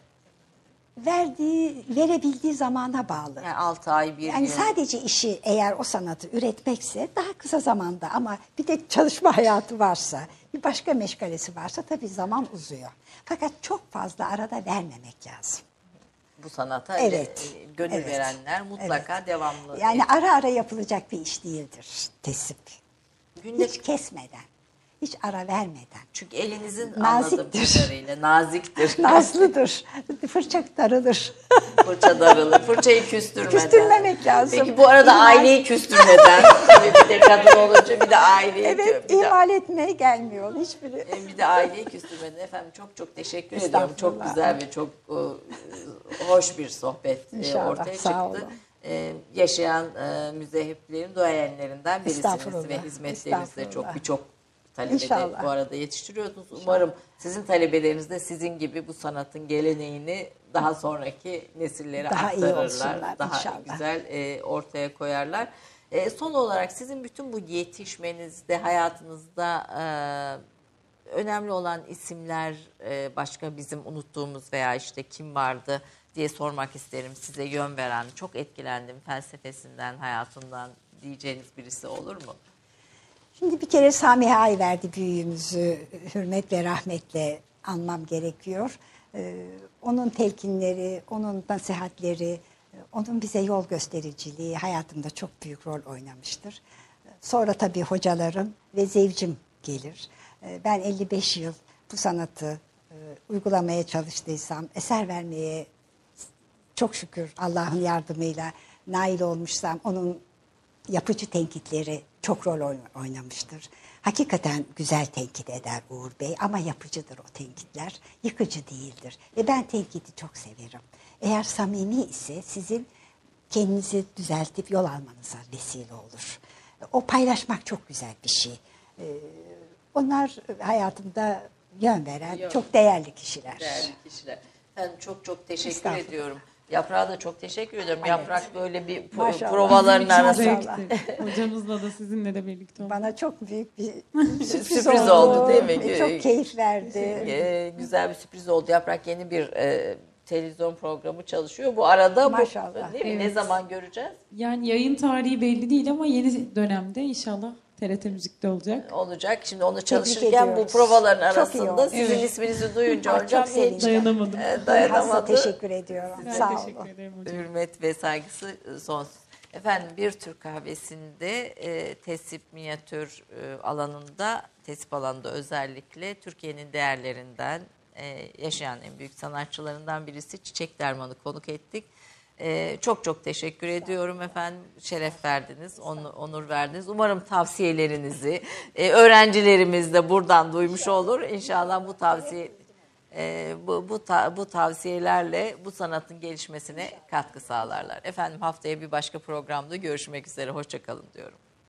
Verdiği, verebildiği zamana bağlı. Yani altı ay, bir Yani yıl. sadece işi eğer o sanatı üretmekse daha kısa zamanda, ama bir de çalışma hayatı varsa, bir başka meşgalesi varsa tabii zaman uzuyor. Fakat çok fazla arada vermemek lazım. Bu sanata Evet, e, gönül evet, verenler mutlaka evet. devamlı. Yani ara ara yapılacak bir iş değildir tesip. Günde, Hiç kesmeden, hiç ara vermeden. çünkü elinizin Naziktir. anladığım kadarıyla naziktir. Nazlıdır, fırça darılır. Fırça darılı, fırçayı küstürmeden. Küstürmemek lazım. Peki bu arada İhmal- aileyi küstürmeden. Tabii bir de kadın olunca bir de aileyi. Evet, bir de, ihmal etmeye gelmiyor hiçbiri. e, bir de aileyi küstürmeden. Efendim çok çok teşekkür ediyorum. Çok Estağfurullah. güzel ve çok e, hoş bir sohbet e, İnşallah, ortaya sağ çıktı. olun. E, yaşayan e, müzehiplerin duayenlerinden birisiniz Estağfurullah, ve hizmetlerinizde çok estağfurullah. birçok talebe de İnşallah. bu arada yetiştiriyorsunuz. Umarım sizin talebeleriniz de sizin gibi bu sanatın geleneğini daha sonraki nesillere Daha iyi aktarırlar. olsunlar, daha inşallah. güzel e, ortaya koyarlar. E, son olarak sizin bütün bu yetişmenizde, hayatınızda e, önemli olan isimler, e, başka bizim unuttuğumuz veya işte kim vardı diye sormak isterim. Size yön veren, çok etkilendim felsefesinden, hayatından diyeceğiniz birisi olur mu? Şimdi bir kere Samiha Ayverdi büyüğümüzü hürmet ve rahmetle anmam gerekiyor. Ee, onun telkinleri, onun nasihatleri, onun bize yol göstericiliği hayatımda çok büyük rol oynamıştır. Sonra tabii hocalarım ve zevcim gelir. Ee, ben elli beş yıl bu sanatı e, uygulamaya çalıştıysam, eser vermeye çok şükür Allah'ın yardımıyla nail olmuşsam, onun yapıcı tenkitleri çok rol oynamıştır. Hakikaten güzel tenkit eder Uğur Bey ama yapıcıdır o tenkitler, yıkıcı değildir. Ve ben tenkiti çok severim. Eğer samimi ise sizin kendinizi düzeltip yol almanıza vesile olur. O paylaşmak çok güzel bir şey. Ee, onlar hayatımda yön veren Yön. çok değerli kişiler. Değerli kişiler. Ben çok çok teşekkür Estağfurullah. ediyorum. Yaprağa da çok teşekkür ediyorum. Evet. Yaprak böyle bir pro- Maşallah. provaların Bizim için arasında Zevkti. Hocamızla da sizinle de birlikte olmak. Bana çok büyük bir sürpriz, Sürpriz oldu değil mi? Ve çok keyif verdi. Ee, güzel bir sürpriz oldu. Yaprak yeni bir e, televizyon programı çalışıyor. Bu arada bu, Maşallah. değil mi? Evet. Ne zaman göreceğiz? Yani yayın tarihi belli değil ama yeni dönemde inşallah T R T Müzik'te olacak. Olacak. Şimdi onu çalışırken bu ediyoruz. provaların Çok iyi arasında oldu. sizin Evet. isminizi duyunca Ay, hocam çok sevindim. hiç Dayanamadım. e, Hasta dayanamadı. teşekkür ediyorum. Ben Sağ teşekkür olun. ederim hocam. Hürmet ve saygısı sonsuz. Efendim bir Türk kahvesinde e, tesip minyatür e, alanında, tesip alanında özellikle Türkiye'nin değerlerinden e, yaşayan en büyük sanatçılarından birisi Çiçek Derman'ı konuk ettik. E, çok çok teşekkür ediyorum efendim. Şeref verdiniz, onur, onur verdiniz. Umarım tavsiyelerinizi e, öğrencilerimiz de buradan duymuş olur. İnşallah bu tavsiye e, bu bu, ta, bu tavsiyelerle bu sanatın gelişmesine katkı sağlarlar. Efendim haftaya bir başka programda görüşmek üzere. Hoşça kalın diyorum.